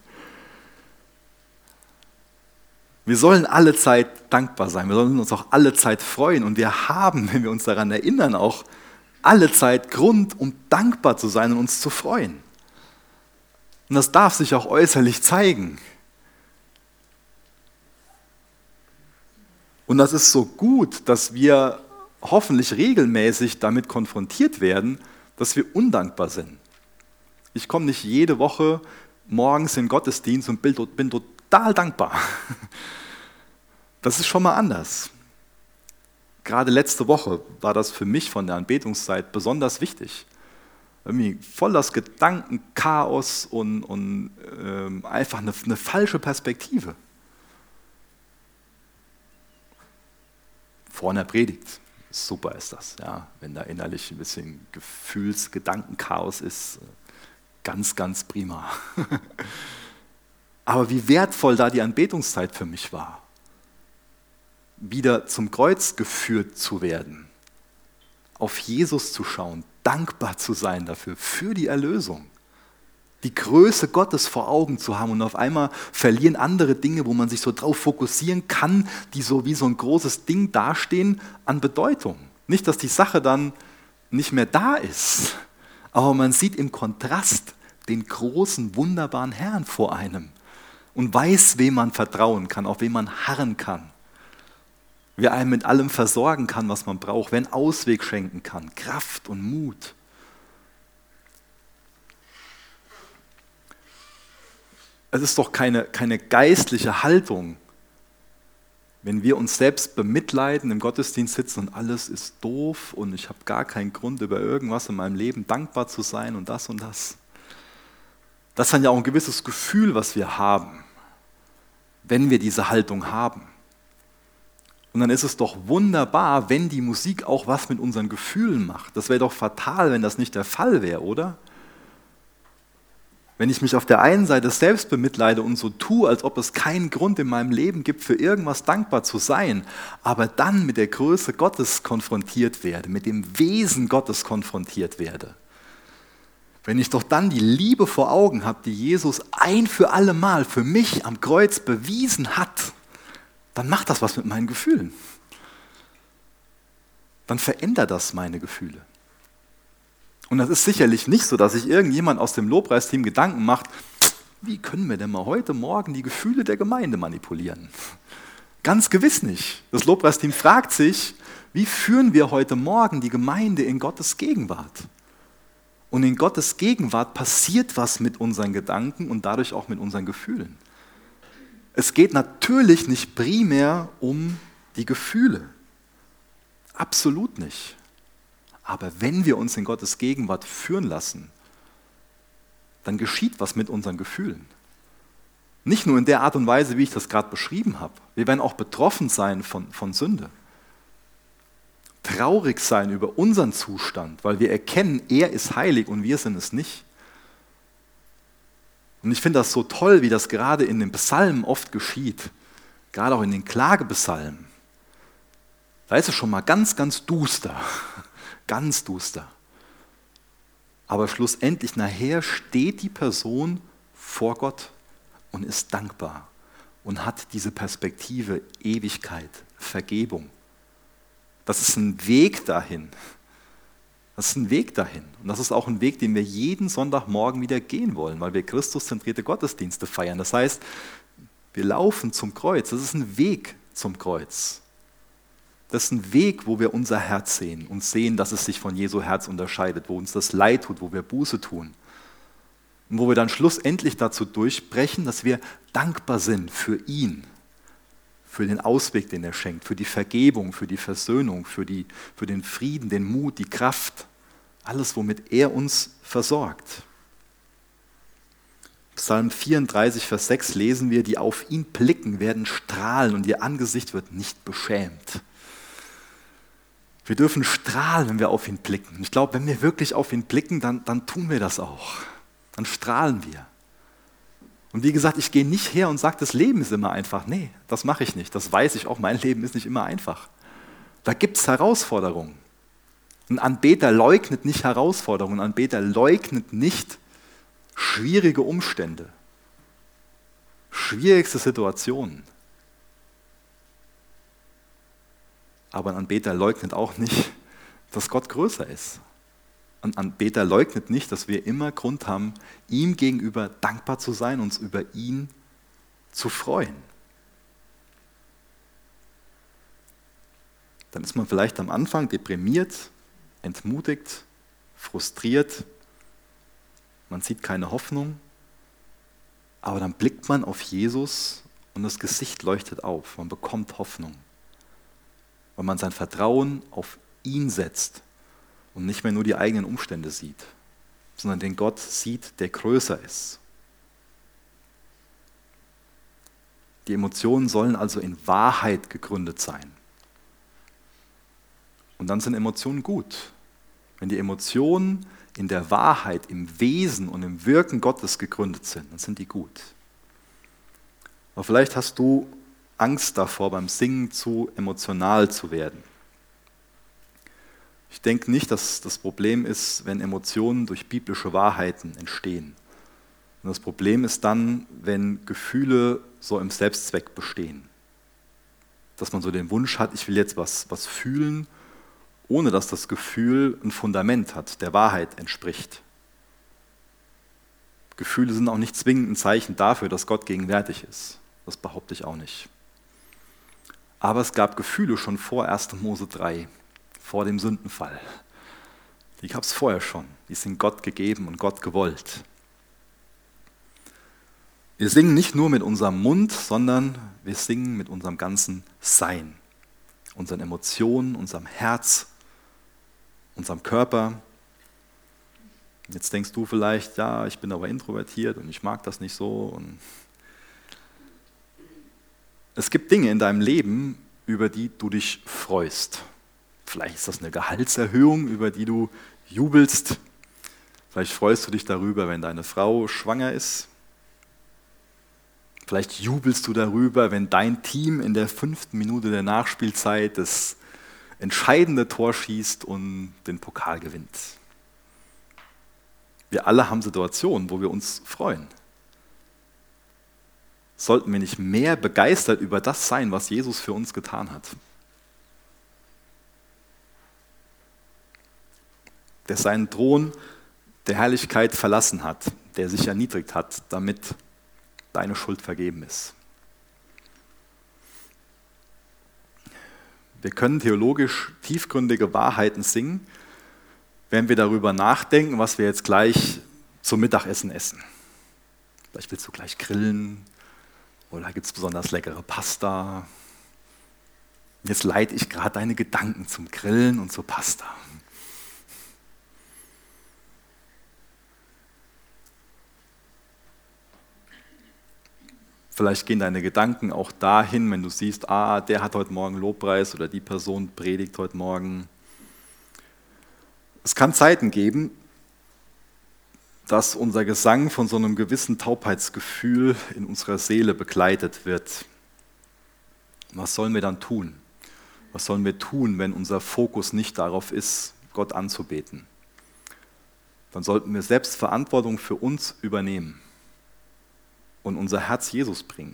Wir sollen alle Zeit dankbar sein, wir sollen uns auch alle Zeit freuen und wir haben, wenn wir uns daran erinnern, auch alle Zeit Grund, um dankbar zu sein und uns zu freuen. Und das darf sich auch äußerlich zeigen. Und das ist so gut, dass wir hoffentlich regelmäßig damit konfrontiert werden, dass wir undankbar sind. Ich komme nicht jede Woche morgens in den Gottesdienst und bin total dankbar. Das ist schon mal anders. Gerade letzte Woche war das für mich von der Anbetungszeit besonders wichtig. Irgendwie voll das Gedankenchaos und, und ähm, einfach eine, eine falsche Perspektive. Vor einer Predigt. Super ist das, ja, wenn da innerlich ein bisschen Gefühls-, Gedankenchaos ist. Ganz, ganz prima. Aber wie wertvoll da die Anbetungszeit für mich war, wieder zum Kreuz geführt zu werden, auf Jesus zu schauen, dankbar zu sein dafür, für die Erlösung, die Größe Gottes vor Augen zu haben und auf einmal verlieren andere Dinge, wo man sich so drauf fokussieren kann, die so wie so ein großes Ding dastehen, an Bedeutung. Nicht, dass die Sache dann nicht mehr da ist, aber man sieht im Kontrast den großen, wunderbaren Herrn vor einem. und weiß, wem man vertrauen kann, auf wen man harren kann. Wer einem mit allem versorgen kann, was man braucht, wer einen Ausweg schenken kann, Kraft und Mut. Es ist doch keine, keine geistliche Haltung, wenn wir uns selbst bemitleiden, im Gottesdienst sitzen und alles ist doof und ich habe gar keinen Grund, über irgendwas in meinem Leben dankbar zu sein und das und das. Das ist dann ja auch ein gewisses Gefühl, was wir haben, wenn wir diese Haltung haben. Und dann ist es doch wunderbar, wenn die Musik auch was mit unseren Gefühlen macht. Das wäre doch fatal, wenn das nicht der Fall wäre, oder? Wenn ich mich auf der einen Seite selbst bemitleide und so tue, als ob es keinen Grund in meinem Leben gibt, für irgendwas dankbar zu sein, aber dann mit der Größe Gottes konfrontiert werde, mit dem Wesen Gottes konfrontiert werde. Wenn ich doch dann die Liebe vor Augen habe, die Jesus ein für alle Mal für mich am Kreuz bewiesen hat, dann macht das was mit meinen Gefühlen. Dann verändert das meine Gefühle. Und das ist sicherlich nicht so, dass sich irgendjemand aus dem Lobpreisteam Gedanken macht, wie können wir denn mal heute Morgen die Gefühle der Gemeinde manipulieren? Ganz gewiss nicht. Das Lobpreisteam fragt sich, wie führen wir heute Morgen die Gemeinde in Gottes Gegenwart? Und in Gottes Gegenwart passiert was mit unseren Gedanken und dadurch auch mit unseren Gefühlen. Es geht natürlich nicht primär um die Gefühle. Absolut nicht. Aber wenn wir uns in Gottes Gegenwart führen lassen, dann geschieht was mit unseren Gefühlen. Nicht nur in der Art und Weise, wie ich das gerade beschrieben habe. Wir werden auch betroffen sein von, von Sünde. Traurig sein über unseren Zustand, weil wir erkennen, er ist heilig und wir sind es nicht. Und ich finde das so toll, wie das gerade in den Psalmen oft geschieht, gerade auch in den Klagebepsalmen. Da ist es schon mal ganz, ganz duster, ganz duster. Aber schlussendlich nachher steht die Person vor Gott und ist dankbar und hat diese Perspektive Ewigkeit, Vergebung. Das ist ein Weg dahin. Das ist ein Weg dahin. Und das ist auch ein Weg, den wir jeden Sonntagmorgen wieder gehen wollen, weil wir Christuszentrierte Gottesdienste feiern. Das heißt, wir laufen zum Kreuz. Das ist ein Weg zum Kreuz. Das ist ein Weg, wo wir unser Herz sehen und sehen, dass es sich von Jesu Herz unterscheidet, wo uns das leid tut, wo wir Buße tun. Und wo wir dann schlussendlich dazu durchbrechen, dass wir dankbar sind für ihn, für den Ausweg, den er schenkt, für die Vergebung, für die Versöhnung, für, die, für den Frieden, den Mut, die Kraft, alles, womit er uns versorgt. Psalm vierunddreißig, Vers sechs lesen wir, die auf ihn blicken, werden strahlen und ihr Angesicht wird nicht beschämt. Wir dürfen strahlen, wenn wir auf ihn blicken. Ich glaube, wenn wir wirklich auf ihn blicken, dann, dann tun wir das auch. Dann strahlen wir. Und wie gesagt, ich gehe nicht her und sage, das Leben ist immer einfach. Nee, das mache ich nicht. Das weiß ich auch, mein Leben ist nicht immer einfach. Da gibt es Herausforderungen. Ein Anbeter leugnet nicht Herausforderungen. Ein Anbeter leugnet nicht schwierige Umstände, schwierigste Situationen. Aber ein Anbeter leugnet auch nicht, dass Gott größer ist. Ein Anbeter leugnet nicht, dass wir immer Grund haben, ihm gegenüber dankbar zu sein, uns über ihn zu freuen. Dann ist man vielleicht am Anfang deprimiert, entmutigt, frustriert, man sieht keine Hoffnung, aber dann blickt man auf Jesus und das Gesicht leuchtet auf, man bekommt Hoffnung, weil man sein Vertrauen auf ihn setzt und nicht mehr nur die eigenen Umstände sieht, sondern den Gott sieht, der größer ist. Die Emotionen sollen also in Wahrheit gegründet sein. Und dann sind Emotionen gut. Wenn die Emotionen in der Wahrheit, im Wesen und im Wirken Gottes gegründet sind, dann sind die gut. Aber vielleicht hast du Angst davor, beim Singen zu emotional zu werden. Ich denke nicht, dass das Problem ist, wenn Emotionen durch biblische Wahrheiten entstehen. Und das Problem ist dann, wenn Gefühle so im Selbstzweck bestehen. Dass man so den Wunsch hat, ich will jetzt was, was fühlen, ohne dass das Gefühl ein Fundament hat, der Wahrheit entspricht. Gefühle sind auch nicht zwingend ein Zeichen dafür, dass Gott gegenwärtig ist. Das behaupte ich auch nicht. Aber es gab Gefühle schon vor erster Mose drei, vor dem Sündenfall. Die gab es vorher schon. Die sind Gott gegeben und Gott gewollt. Wir singen nicht nur mit unserem Mund, sondern wir singen mit unserem ganzen Sein. Unseren Emotionen, unserem Herz, unserem Körper. Jetzt denkst du vielleicht, ja, ich bin aber introvertiert und ich mag das nicht so. Und es gibt Dinge in deinem Leben, über die du dich freust. Vielleicht ist das eine Gehaltserhöhung, über die du jubelst. Vielleicht freust du dich darüber, wenn deine Frau schwanger ist. Vielleicht jubelst du darüber, wenn dein Team in der fünften Minute der Nachspielzeit das entscheidende Tor schießt und den Pokal gewinnt. Wir alle haben Situationen, wo wir uns freuen. Sollten wir nicht mehr begeistert über das sein, was Jesus für uns getan hat? Der seinen Thron der Herrlichkeit verlassen hat, der sich erniedrigt hat, damit deine Schuld vergeben ist. Wir können theologisch tiefgründige Wahrheiten singen, wenn wir darüber nachdenken, was wir jetzt gleich zum Mittagessen essen. Vielleicht willst du gleich grillen oder gibt es besonders leckere Pasta. Jetzt leite ich gerade deine Gedanken zum Grillen und zur Pasta. Vielleicht gehen deine Gedanken auch dahin, wenn du siehst, ah, der hat heute Morgen Lobpreis oder die Person predigt heute Morgen. Es kann Zeiten geben, dass unser Gesang von so einem gewissen Taubheitsgefühl in unserer Seele begleitet wird. Was sollen wir dann tun? Was sollen wir tun, wenn unser Fokus nicht darauf ist, Gott anzubeten? Dann sollten wir selbst Verantwortung für uns übernehmen und unser Herz Jesus bringen.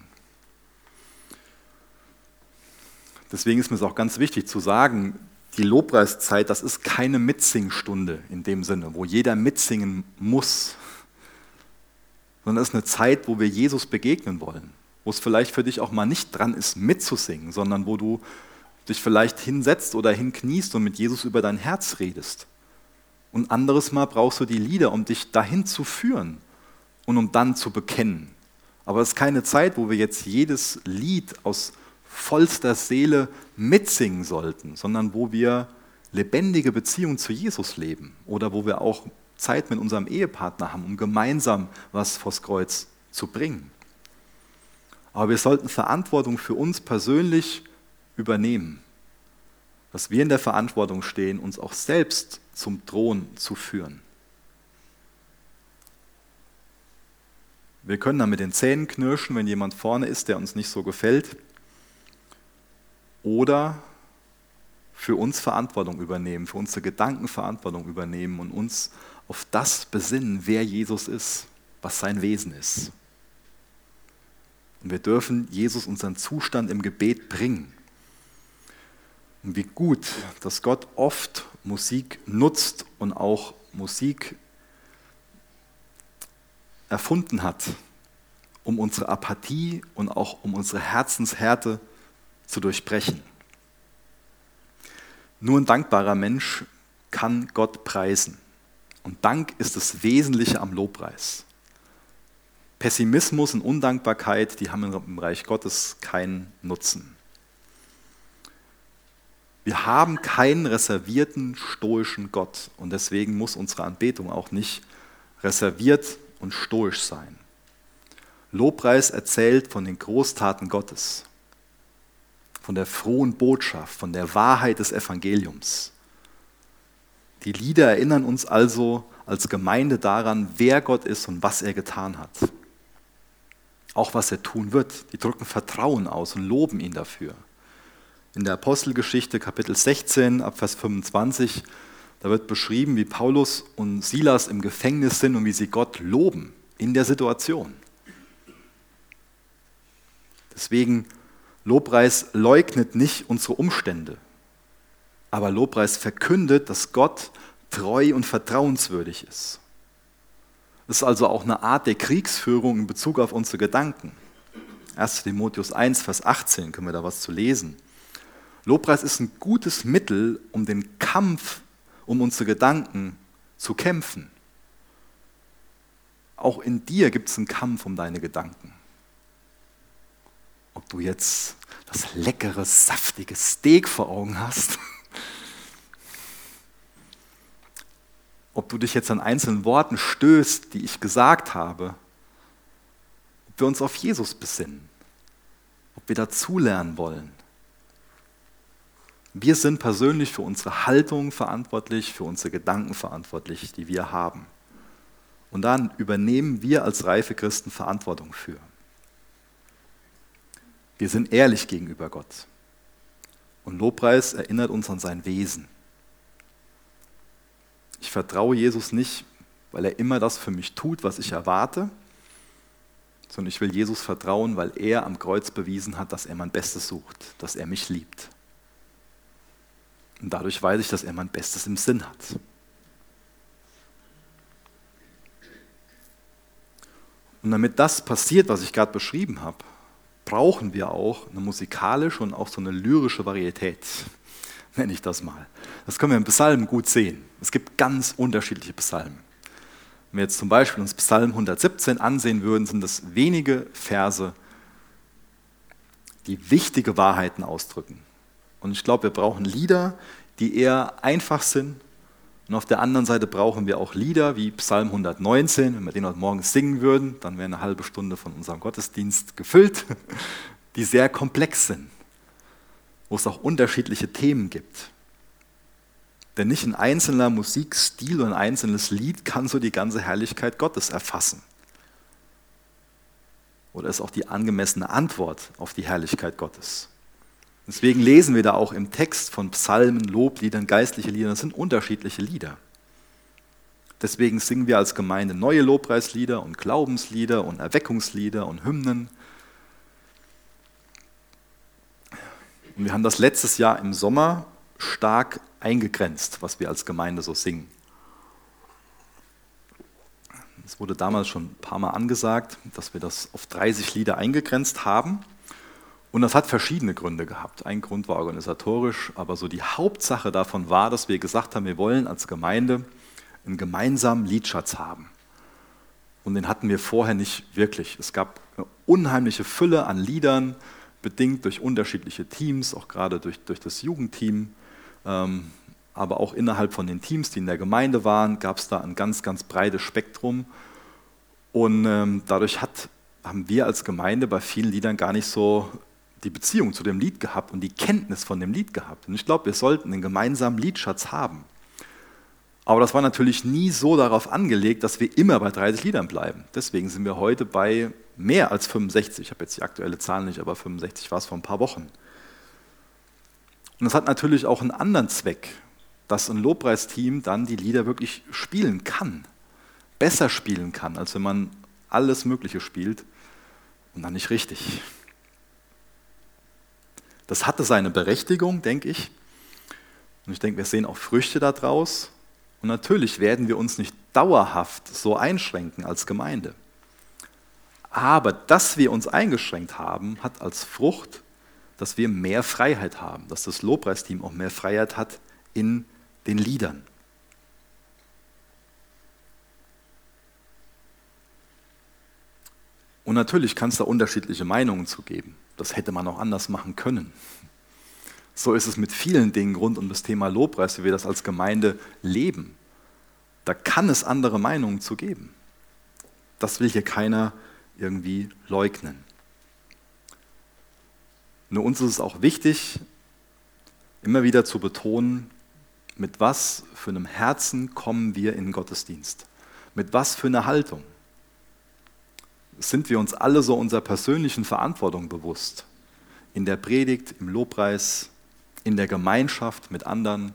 Deswegen ist mir es auch ganz wichtig zu sagen, die Lobpreiszeit, das ist keine Mitsingstunde in dem Sinne, wo jeder mitsingen muss, sondern es ist eine Zeit, wo wir Jesus begegnen wollen, wo es vielleicht für dich auch mal nicht dran ist, mitzusingen, sondern wo du dich vielleicht hinsetzt oder hinkniest und mit Jesus über dein Herz redest. Und anderes Mal brauchst du die Lieder, um dich dahin zu führen und um dann zu bekennen. Aber es ist keine Zeit, wo wir jetzt jedes Lied aus vollster Seele mitsingen sollten, sondern wo wir lebendige Beziehungen zu Jesus leben oder wo wir auch Zeit mit unserem Ehepartner haben, um gemeinsam was vors Kreuz zu bringen. Aber wir sollten Verantwortung für uns persönlich übernehmen, dass wir in der Verantwortung stehen, uns auch selbst zum Thron zu führen. Wir können dann mit den Zähnen knirschen, wenn jemand vorne ist, der uns nicht so gefällt. Oder für uns Verantwortung übernehmen, für unsere Gedanken Verantwortung übernehmen und uns auf das besinnen, wer Jesus ist, was sein Wesen ist. Und wir dürfen Jesus unseren Zustand im Gebet bringen. Und wie gut, dass Gott oft Musik nutzt und auch Musik erfunden hat, um unsere Apathie und auch um unsere Herzenshärte zu durchbrechen. Nur ein dankbarer Mensch kann Gott preisen. Und Dank ist das Wesentliche am Lobpreis. Pessimismus und Undankbarkeit, die haben im Reich Gottes keinen Nutzen. Wir haben keinen reservierten, stoischen Gott und deswegen muss unsere Anbetung auch nicht reserviert und stoisch sein. Lobpreis erzählt von den Großtaten Gottes, von der frohen Botschaft, von der Wahrheit des Evangeliums. Die Lieder erinnern uns also als Gemeinde daran, wer Gott ist und was er getan hat. Auch was er tun wird. Die drücken Vertrauen aus und loben ihn dafür. In der Apostelgeschichte Kapitel sechzehn, ab Vers fünfundzwanzig, da wird beschrieben, wie Paulus und Silas im Gefängnis sind und wie sie Gott loben in der Situation. Deswegen, Lobpreis leugnet nicht unsere Umstände, aber Lobpreis verkündet, dass Gott treu und vertrauenswürdig ist. Es ist also auch eine Art der Kriegsführung in Bezug auf unsere Gedanken. erster Timotheus eins, Vers achtzehn, können wir da was zu lesen. Lobpreis ist ein gutes Mittel, um den Kampf um unsere Gedanken zu kämpfen. Auch in dir gibt es einen Kampf um deine Gedanken. Ob du jetzt das leckere, saftige Steak vor Augen hast, ob du dich jetzt an einzelnen Worten stößt, die ich gesagt habe, ob wir uns auf Jesus besinnen, ob wir dazulernen wollen. Wir sind persönlich für unsere Haltung verantwortlich, für unsere Gedanken verantwortlich, die wir haben. Und dann übernehmen wir als reife Christen Verantwortung für. Wir sind ehrlich gegenüber Gott. Und Lobpreis erinnert uns an sein Wesen. Ich vertraue Jesus nicht, weil er immer das für mich tut, was ich erwarte, sondern ich will Jesus vertrauen, weil er am Kreuz bewiesen hat, dass er mein Bestes sucht, dass er mich liebt. Und dadurch weiß ich, dass er mein Bestes im Sinn hat. Und damit das passiert, was ich gerade beschrieben habe, brauchen wir auch eine musikalische und auch so eine lyrische Varietät, nenne ich das mal. Das können wir im Psalm gut sehen. Es gibt ganz unterschiedliche Psalmen. Wenn wir jetzt zum Beispiel uns Psalm hundertsiebzehn ansehen würden, sind das wenige Verse, die wichtige Wahrheiten ausdrücken. Und ich glaube, wir brauchen Lieder, die eher einfach sind. Und auf der anderen Seite brauchen wir auch Lieder wie Psalm hundertneunzehn. Wenn wir den heute Morgen singen würden, dann wäre eine halbe Stunde von unserem Gottesdienst gefüllt, die sehr komplex sind, wo es auch unterschiedliche Themen gibt. Denn nicht ein einzelner Musikstil oder ein einzelnes Lied kann so die ganze Herrlichkeit Gottes erfassen. Oder ist auch die angemessene Antwort auf die Herrlichkeit Gottes. Deswegen lesen wir da auch im Text von Psalmen, Lobliedern, geistliche Lieder, das sind unterschiedliche Lieder. Deswegen singen wir als Gemeinde neue Lobpreislieder und Glaubenslieder und Erweckungslieder und Hymnen. Und wir haben das letztes Jahr im Sommer stark eingegrenzt, was wir als Gemeinde so singen. Es wurde damals schon ein paar Mal angesagt, dass wir das auf dreißig Lieder eingegrenzt haben. Und das hat verschiedene Gründe gehabt. Ein Grund war organisatorisch, aber so die Hauptsache davon war, dass wir gesagt haben, wir wollen als Gemeinde einen gemeinsamen Liedschatz haben. Und den hatten wir vorher nicht wirklich. Es gab eine unheimliche Fülle an Liedern, bedingt durch unterschiedliche Teams, auch gerade durch, durch das Jugendteam. Ähm, aber auch innerhalb von den Teams, die in der Gemeinde waren, gab es da ein ganz, ganz breites Spektrum. Und ähm, dadurch hat, haben wir als Gemeinde bei vielen Liedern gar nicht so die Beziehung zu dem Lied gehabt und die Kenntnis von dem Lied gehabt. Und ich glaube, wir sollten einen gemeinsamen Liedschatz haben. Aber das war natürlich nie so darauf angelegt, dass wir immer bei dreißig Liedern bleiben. Deswegen sind wir heute bei mehr als fünfundsechzig. Ich habe jetzt die aktuelle Zahl nicht, aber fünfundsechzig war es vor ein paar Wochen. Und das hat natürlich auch einen anderen Zweck, dass ein Lobpreisteam dann die Lieder wirklich spielen kann, besser spielen kann, als wenn man alles Mögliche spielt und dann nicht richtig. Das hatte seine Berechtigung, denke ich. Und ich denke, wir sehen auch Früchte daraus. Und natürlich werden wir uns nicht dauerhaft so einschränken als Gemeinde. Aber dass wir uns eingeschränkt haben, hat als Frucht, dass wir mehr Freiheit haben, dass das Lobpreisteam auch mehr Freiheit hat in den Liedern. Und natürlich kann es da unterschiedliche Meinungen zu geben. Das hätte man auch anders machen können. So ist es mit vielen Dingen rund um das Thema Lobpreis, wie wir das als Gemeinde leben. Da kann es andere Meinungen zu geben. Das will hier keiner irgendwie leugnen. Nur uns ist es auch wichtig, immer wieder zu betonen, mit was für einem Herzen kommen wir in den Gottesdienst? Mit was für einer Haltung? Sind wir uns alle so unserer persönlichen Verantwortung bewusst? In der Predigt, im Lobpreis, in der Gemeinschaft mit anderen.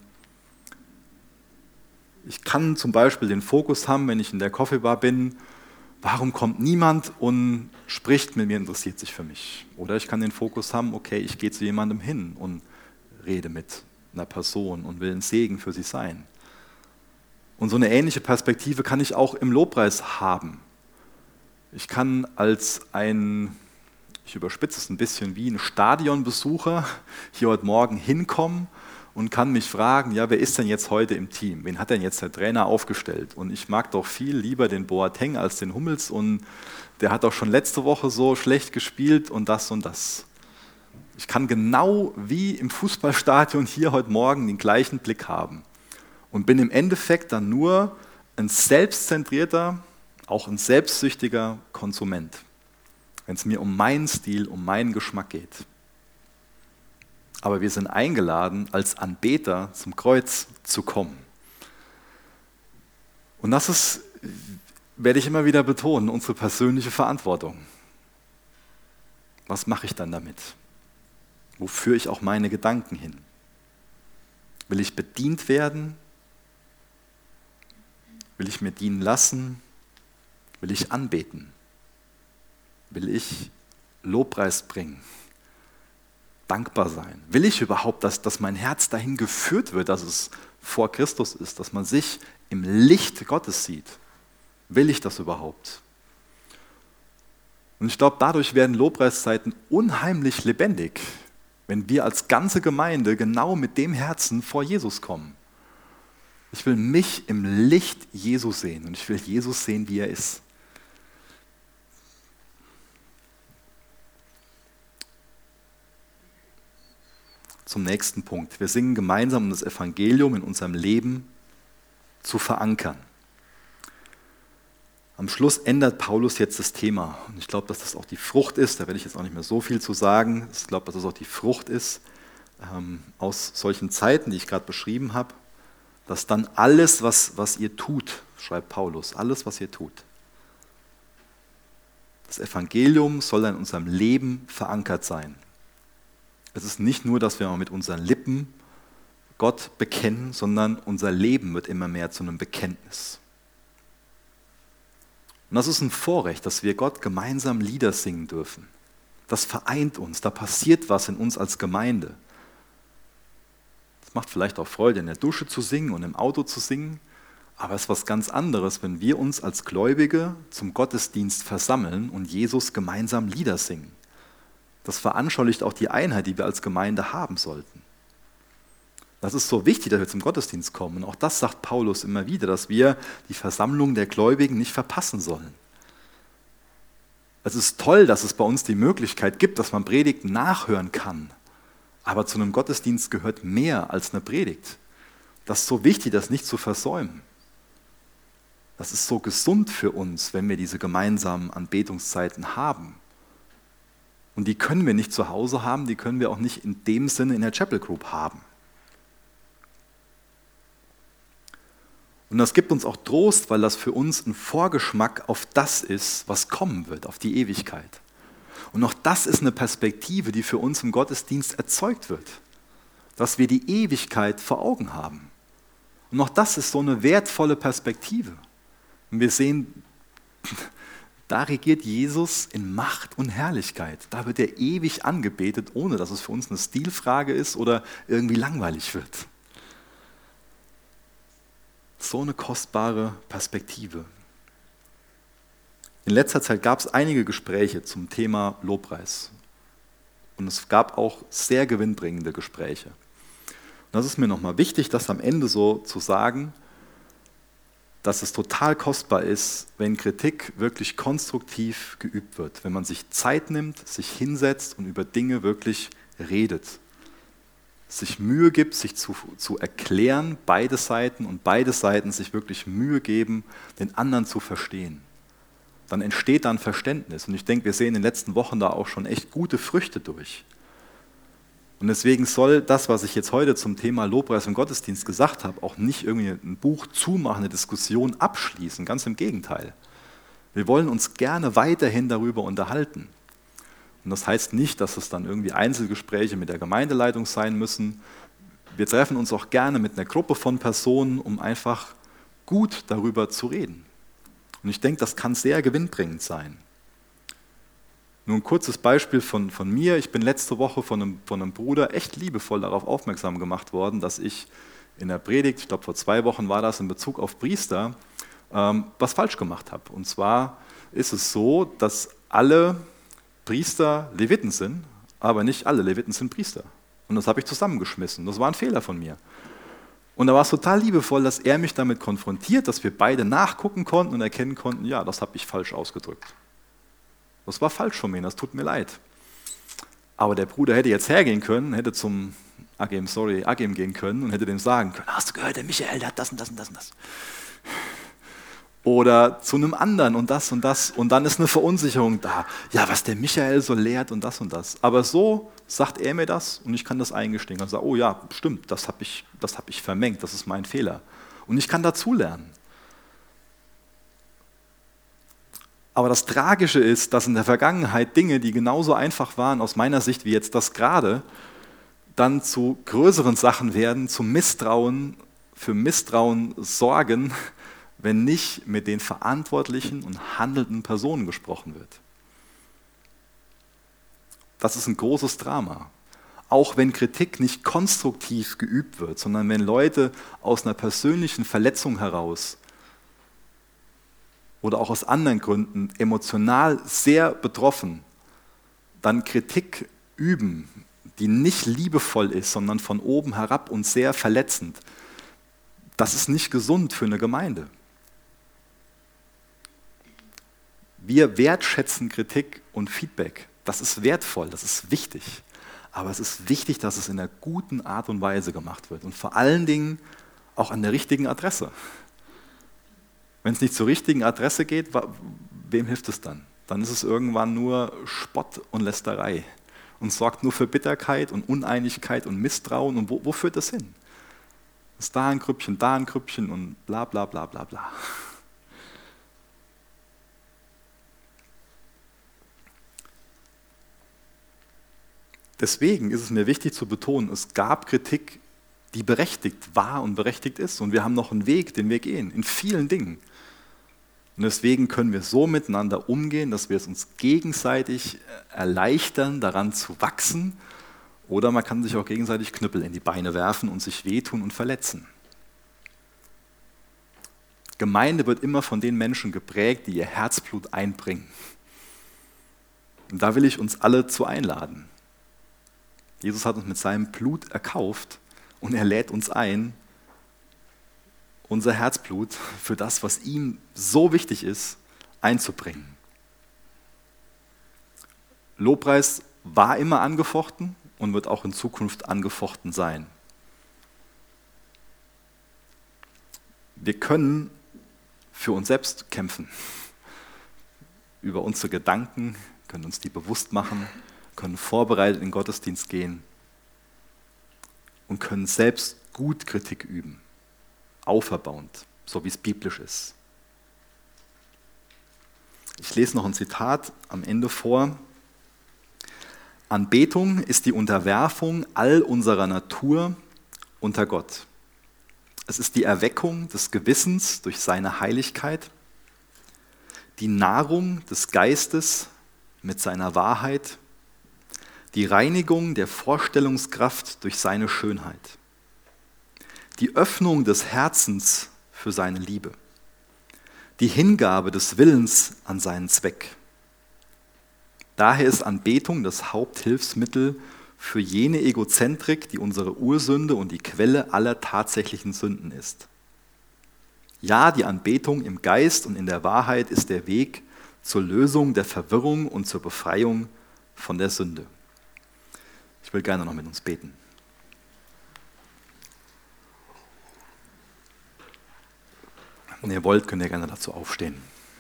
Ich kann zum Beispiel den Fokus haben, wenn ich in der Coffeebar bin, warum kommt niemand und spricht mit mir, interessiert sich für mich? Oder ich kann den Fokus haben, okay, ich gehe zu jemandem hin und rede mit einer Person und will ein Segen für sie sein. Und so eine ähnliche Perspektive kann ich auch im Lobpreis haben. Ich kann als ein, ich überspitze es ein bisschen, wie ein Stadionbesucher hier heute Morgen hinkommen und kann mich fragen, ja, wer ist denn jetzt heute im Team? Wen hat denn jetzt der Trainer aufgestellt? Und ich mag doch viel lieber den Boateng als den Hummels und der hat doch schon letzte Woche so schlecht gespielt und das und das. Ich kann genau wie im Fußballstadion hier heute Morgen den gleichen Blick haben und bin im Endeffekt dann nur ein selbstzentrierter, auch ein selbstsüchtiger Konsument, wenn es mir um meinen Stil, um meinen Geschmack geht. Aber wir sind eingeladen, als Anbeter zum Kreuz zu kommen. Und das ist, werde ich immer wieder betonen, unsere persönliche Verantwortung. Was mache ich dann damit? Wo führe ich auch meine Gedanken hin? Will ich bedient werden? Will ich mir dienen lassen? Will ich anbeten? Will ich Lobpreis bringen? Dankbar sein? Will ich überhaupt, dass, dass mein Herz dahin geführt wird, dass es vor Christus ist, dass man sich im Licht Gottes sieht? Will ich das überhaupt? Und ich glaube, dadurch werden Lobpreiszeiten unheimlich lebendig, wenn wir als ganze Gemeinde genau mit dem Herzen vor Jesus kommen. Ich will mich im Licht Jesus sehen und ich will Jesus sehen, wie er ist. Zum nächsten Punkt. Wir singen gemeinsam, um das Evangelium in unserem Leben zu verankern. Am Schluss ändert Paulus jetzt das Thema. Und ich glaube, dass das auch die Frucht ist, da werde ich jetzt auch nicht mehr so viel zu sagen. Ich glaube, dass das auch die Frucht ist ähm, aus solchen Zeiten, die ich gerade beschrieben habe, dass dann alles, was, was ihr tut, schreibt Paulus, alles, was ihr tut, das Evangelium soll in unserem Leben verankert sein. Es ist nicht nur, dass wir mit unseren Lippen Gott bekennen, sondern unser Leben wird immer mehr zu einem Bekenntnis. Und das ist ein Vorrecht, dass wir Gott gemeinsam Lieder singen dürfen. Das vereint uns, da passiert was in uns als Gemeinde. Es macht vielleicht auch Freude, in der Dusche zu singen und im Auto zu singen, aber es ist was ganz anderes, wenn wir uns als Gläubige zum Gottesdienst versammeln und Jesus gemeinsam Lieder singen. Das veranschaulicht auch die Einheit, die wir als Gemeinde haben sollten. Das ist so wichtig, dass wir zum Gottesdienst kommen. Und auch das sagt Paulus immer wieder, dass wir die Versammlung der Gläubigen nicht verpassen sollen. Es ist toll, dass es bei uns die Möglichkeit gibt, dass man Predigten nachhören kann. Aber zu einem Gottesdienst gehört mehr als eine Predigt. Das ist so wichtig, das nicht zu versäumen. Das ist so gesund für uns, wenn wir diese gemeinsamen Anbetungszeiten haben. Und die können wir nicht zu Hause haben, die können wir auch nicht in dem Sinne in der Chapel Group haben. Und das gibt uns auch Trost, weil das für uns ein Vorgeschmack auf das ist, was kommen wird, auf die Ewigkeit. Und auch das ist eine Perspektive, die für uns im Gottesdienst erzeugt wird, dass wir die Ewigkeit vor Augen haben. Und auch das ist so eine wertvolle Perspektive. Und wir sehen, da regiert Jesus in Macht und Herrlichkeit. Da wird er ewig angebetet, ohne dass es für uns eine Stilfrage ist oder irgendwie langweilig wird. So eine kostbare Perspektive. In letzter Zeit gab es einige Gespräche zum Thema Lobpreis. Und es gab auch sehr gewinnbringende Gespräche. Und das ist mir nochmal wichtig, das am Ende so zu sagen, dass es total kostbar ist, wenn Kritik wirklich konstruktiv geübt wird, wenn man sich Zeit nimmt, sich hinsetzt und über Dinge wirklich redet, sich Mühe gibt, sich zu, zu erklären, beide Seiten und beide Seiten sich wirklich Mühe geben, den anderen zu verstehen. Dann entsteht da ein Verständnis. Und ich denke, wir sehen in den letzten Wochen da auch schon echt gute Früchte durch. Und deswegen soll das, was ich jetzt heute zum Thema Lobpreis im Gottesdienst gesagt habe, auch nicht irgendwie ein Buch zumachen, eine Diskussion abschließen. Ganz im Gegenteil. Wir wollen uns gerne weiterhin darüber unterhalten. Und das heißt nicht, dass es dann irgendwie Einzelgespräche mit der Gemeindeleitung sein müssen. Wir treffen uns auch gerne mit einer Gruppe von Personen, um einfach gut darüber zu reden. Und ich denke, das kann sehr gewinnbringend sein. Nur ein kurzes Beispiel von, von mir. Ich bin letzte Woche von einem, von einem Bruder echt liebevoll darauf aufmerksam gemacht worden, dass ich in der Predigt, ich glaube vor zwei Wochen war das in Bezug auf Priester, ähm, was falsch gemacht habe. Und zwar ist es so, dass alle Priester Leviten sind, aber nicht alle Leviten sind Priester. Und das habe ich zusammengeschmissen. Das war ein Fehler von mir. Und da war es total liebevoll, dass er mich damit konfrontiert, dass wir beide nachgucken konnten und erkennen konnten, ja, das habe ich falsch ausgedrückt. Das war falsch von mir, das tut mir leid. Aber der Bruder hätte jetzt hergehen können, hätte zum Agem, sorry, Agem gehen können und hätte dem sagen können, hast du gehört, der Michael, der hat das und das und das und das. Oder zu einem anderen und das und das. Und dann ist eine Verunsicherung da. Ja, was der Michael so lehrt und das und das. Aber so sagt er mir das und ich kann das eingestehen. Und sage, oh ja, stimmt, das habe ich, das hab ich vermengt, das ist mein Fehler. Und ich kann dazulernen. Aber das Tragische ist, dass in der Vergangenheit Dinge, die genauso einfach waren aus meiner Sicht wie jetzt das gerade, dann zu größeren Sachen werden, zu Misstrauen, für Misstrauen sorgen, wenn nicht mit den verantwortlichen und handelnden Personen gesprochen wird. Das ist ein großes Drama. Auch wenn Kritik nicht konstruktiv geübt wird, sondern wenn Leute aus einer persönlichen Verletzung heraus oder auch aus anderen Gründen emotional sehr betroffen, dann Kritik üben, die nicht liebevoll ist, sondern von oben herab und sehr verletzend, das ist nicht gesund für eine Gemeinde. Wir wertschätzen Kritik und Feedback. Das ist wertvoll, das ist wichtig. Aber es ist wichtig, dass es in einer guten Art und Weise gemacht wird. Und vor allen Dingen auch an der richtigen Adresse. Wenn es nicht zur richtigen Adresse geht, wem hilft es dann? Dann ist es irgendwann nur Spott und Lästerei. Und sorgt nur für Bitterkeit und Uneinigkeit und Misstrauen. Und wo, wo führt das hin? Das ist da ein Grüppchen, da ein Grüppchen und bla bla bla bla bla. Deswegen ist es mir wichtig zu betonen, es gab Kritik, die berechtigt war und berechtigt ist. Und wir haben noch einen Weg, den wir gehen, in vielen Dingen. Und deswegen können wir so miteinander umgehen, dass wir es uns gegenseitig erleichtern, daran zu wachsen. Oder man kann sich auch gegenseitig Knüppel in die Beine werfen und sich wehtun und verletzen. Gemeinde wird immer von den Menschen geprägt, die ihr Herzblut einbringen. Und da will ich uns alle zu einladen. Jesus hat uns mit seinem Blut erkauft und er lädt uns ein, unser Herzblut für das, was ihm so wichtig ist, einzubringen. Lobpreis war immer angefochten und wird auch in Zukunft angefochten sein. Wir können für uns selbst kämpfen. Über unsere Gedanken, können uns die bewusst machen, können vorbereitet in den Gottesdienst gehen und können selbst gut Kritik üben, auferbauend, so wie es biblisch ist. Ich lese noch ein Zitat am Ende vor. Anbetung ist die Unterwerfung all unserer Natur unter Gott. Es ist die Erweckung des Gewissens durch seine Heiligkeit, die Nahrung des Geistes mit seiner Wahrheit, die Reinigung der Vorstellungskraft durch seine Schönheit, die Öffnung des Herzens für seine Liebe, die Hingabe des Willens an seinen Zweck. Daher ist Anbetung das Haupthilfsmittel für jene Egozentrik, die unsere Ursünde und die Quelle aller tatsächlichen Sünden ist. Ja, die Anbetung im Geist und in der Wahrheit ist der Weg zur Lösung der Verwirrung und zur Befreiung von der Sünde. Ich will gerne noch mit uns beten. Wenn ihr wollt, könnt ihr gerne dazu aufstehen.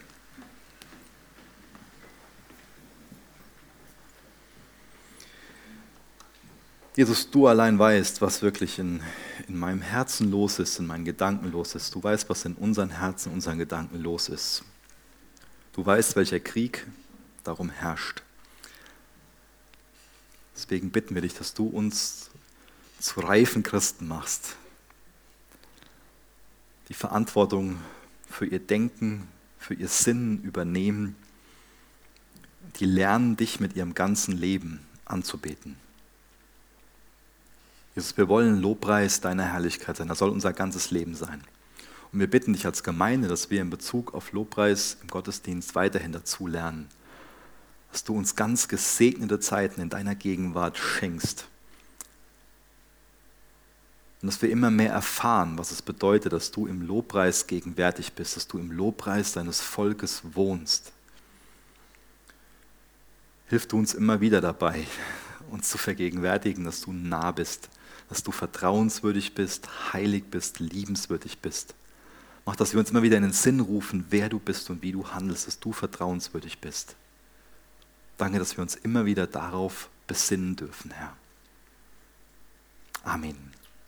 Jesus, du allein weißt, was wirklich in, in meinem Herzen los ist, in meinen Gedanken los ist. Du weißt, was in unseren Herzen, in unseren Gedanken los ist. Du weißt, welcher Krieg darum herrscht. Deswegen bitten wir dich, dass du uns zu reifen Christen machst, die Verantwortung für ihr Denken, für ihr Sinnen übernehmen, die lernen, dich mit ihrem ganzen Leben anzubeten. Jesus, wir wollen Lobpreis deiner Herrlichkeit sein. Das soll unser ganzes Leben sein. Und wir bitten dich als Gemeinde, dass wir in Bezug auf Lobpreis im Gottesdienst weiterhin dazulernen. Dass du uns ganz gesegnete Zeiten in deiner Gegenwart schenkst. Und dass wir immer mehr erfahren, was es bedeutet, dass du im Lobpreis gegenwärtig bist, dass du im Lobpreis deines Volkes wohnst. Hilf du uns immer wieder dabei, uns zu vergegenwärtigen, dass du nah bist, dass du vertrauenswürdig bist, heilig bist, liebenswürdig bist. Mach, dass wir uns immer wieder in den Sinn rufen, wer du bist und wie du handelst, dass du vertrauenswürdig bist. Danke, dass wir uns immer wieder darauf besinnen dürfen, Herr. Amen.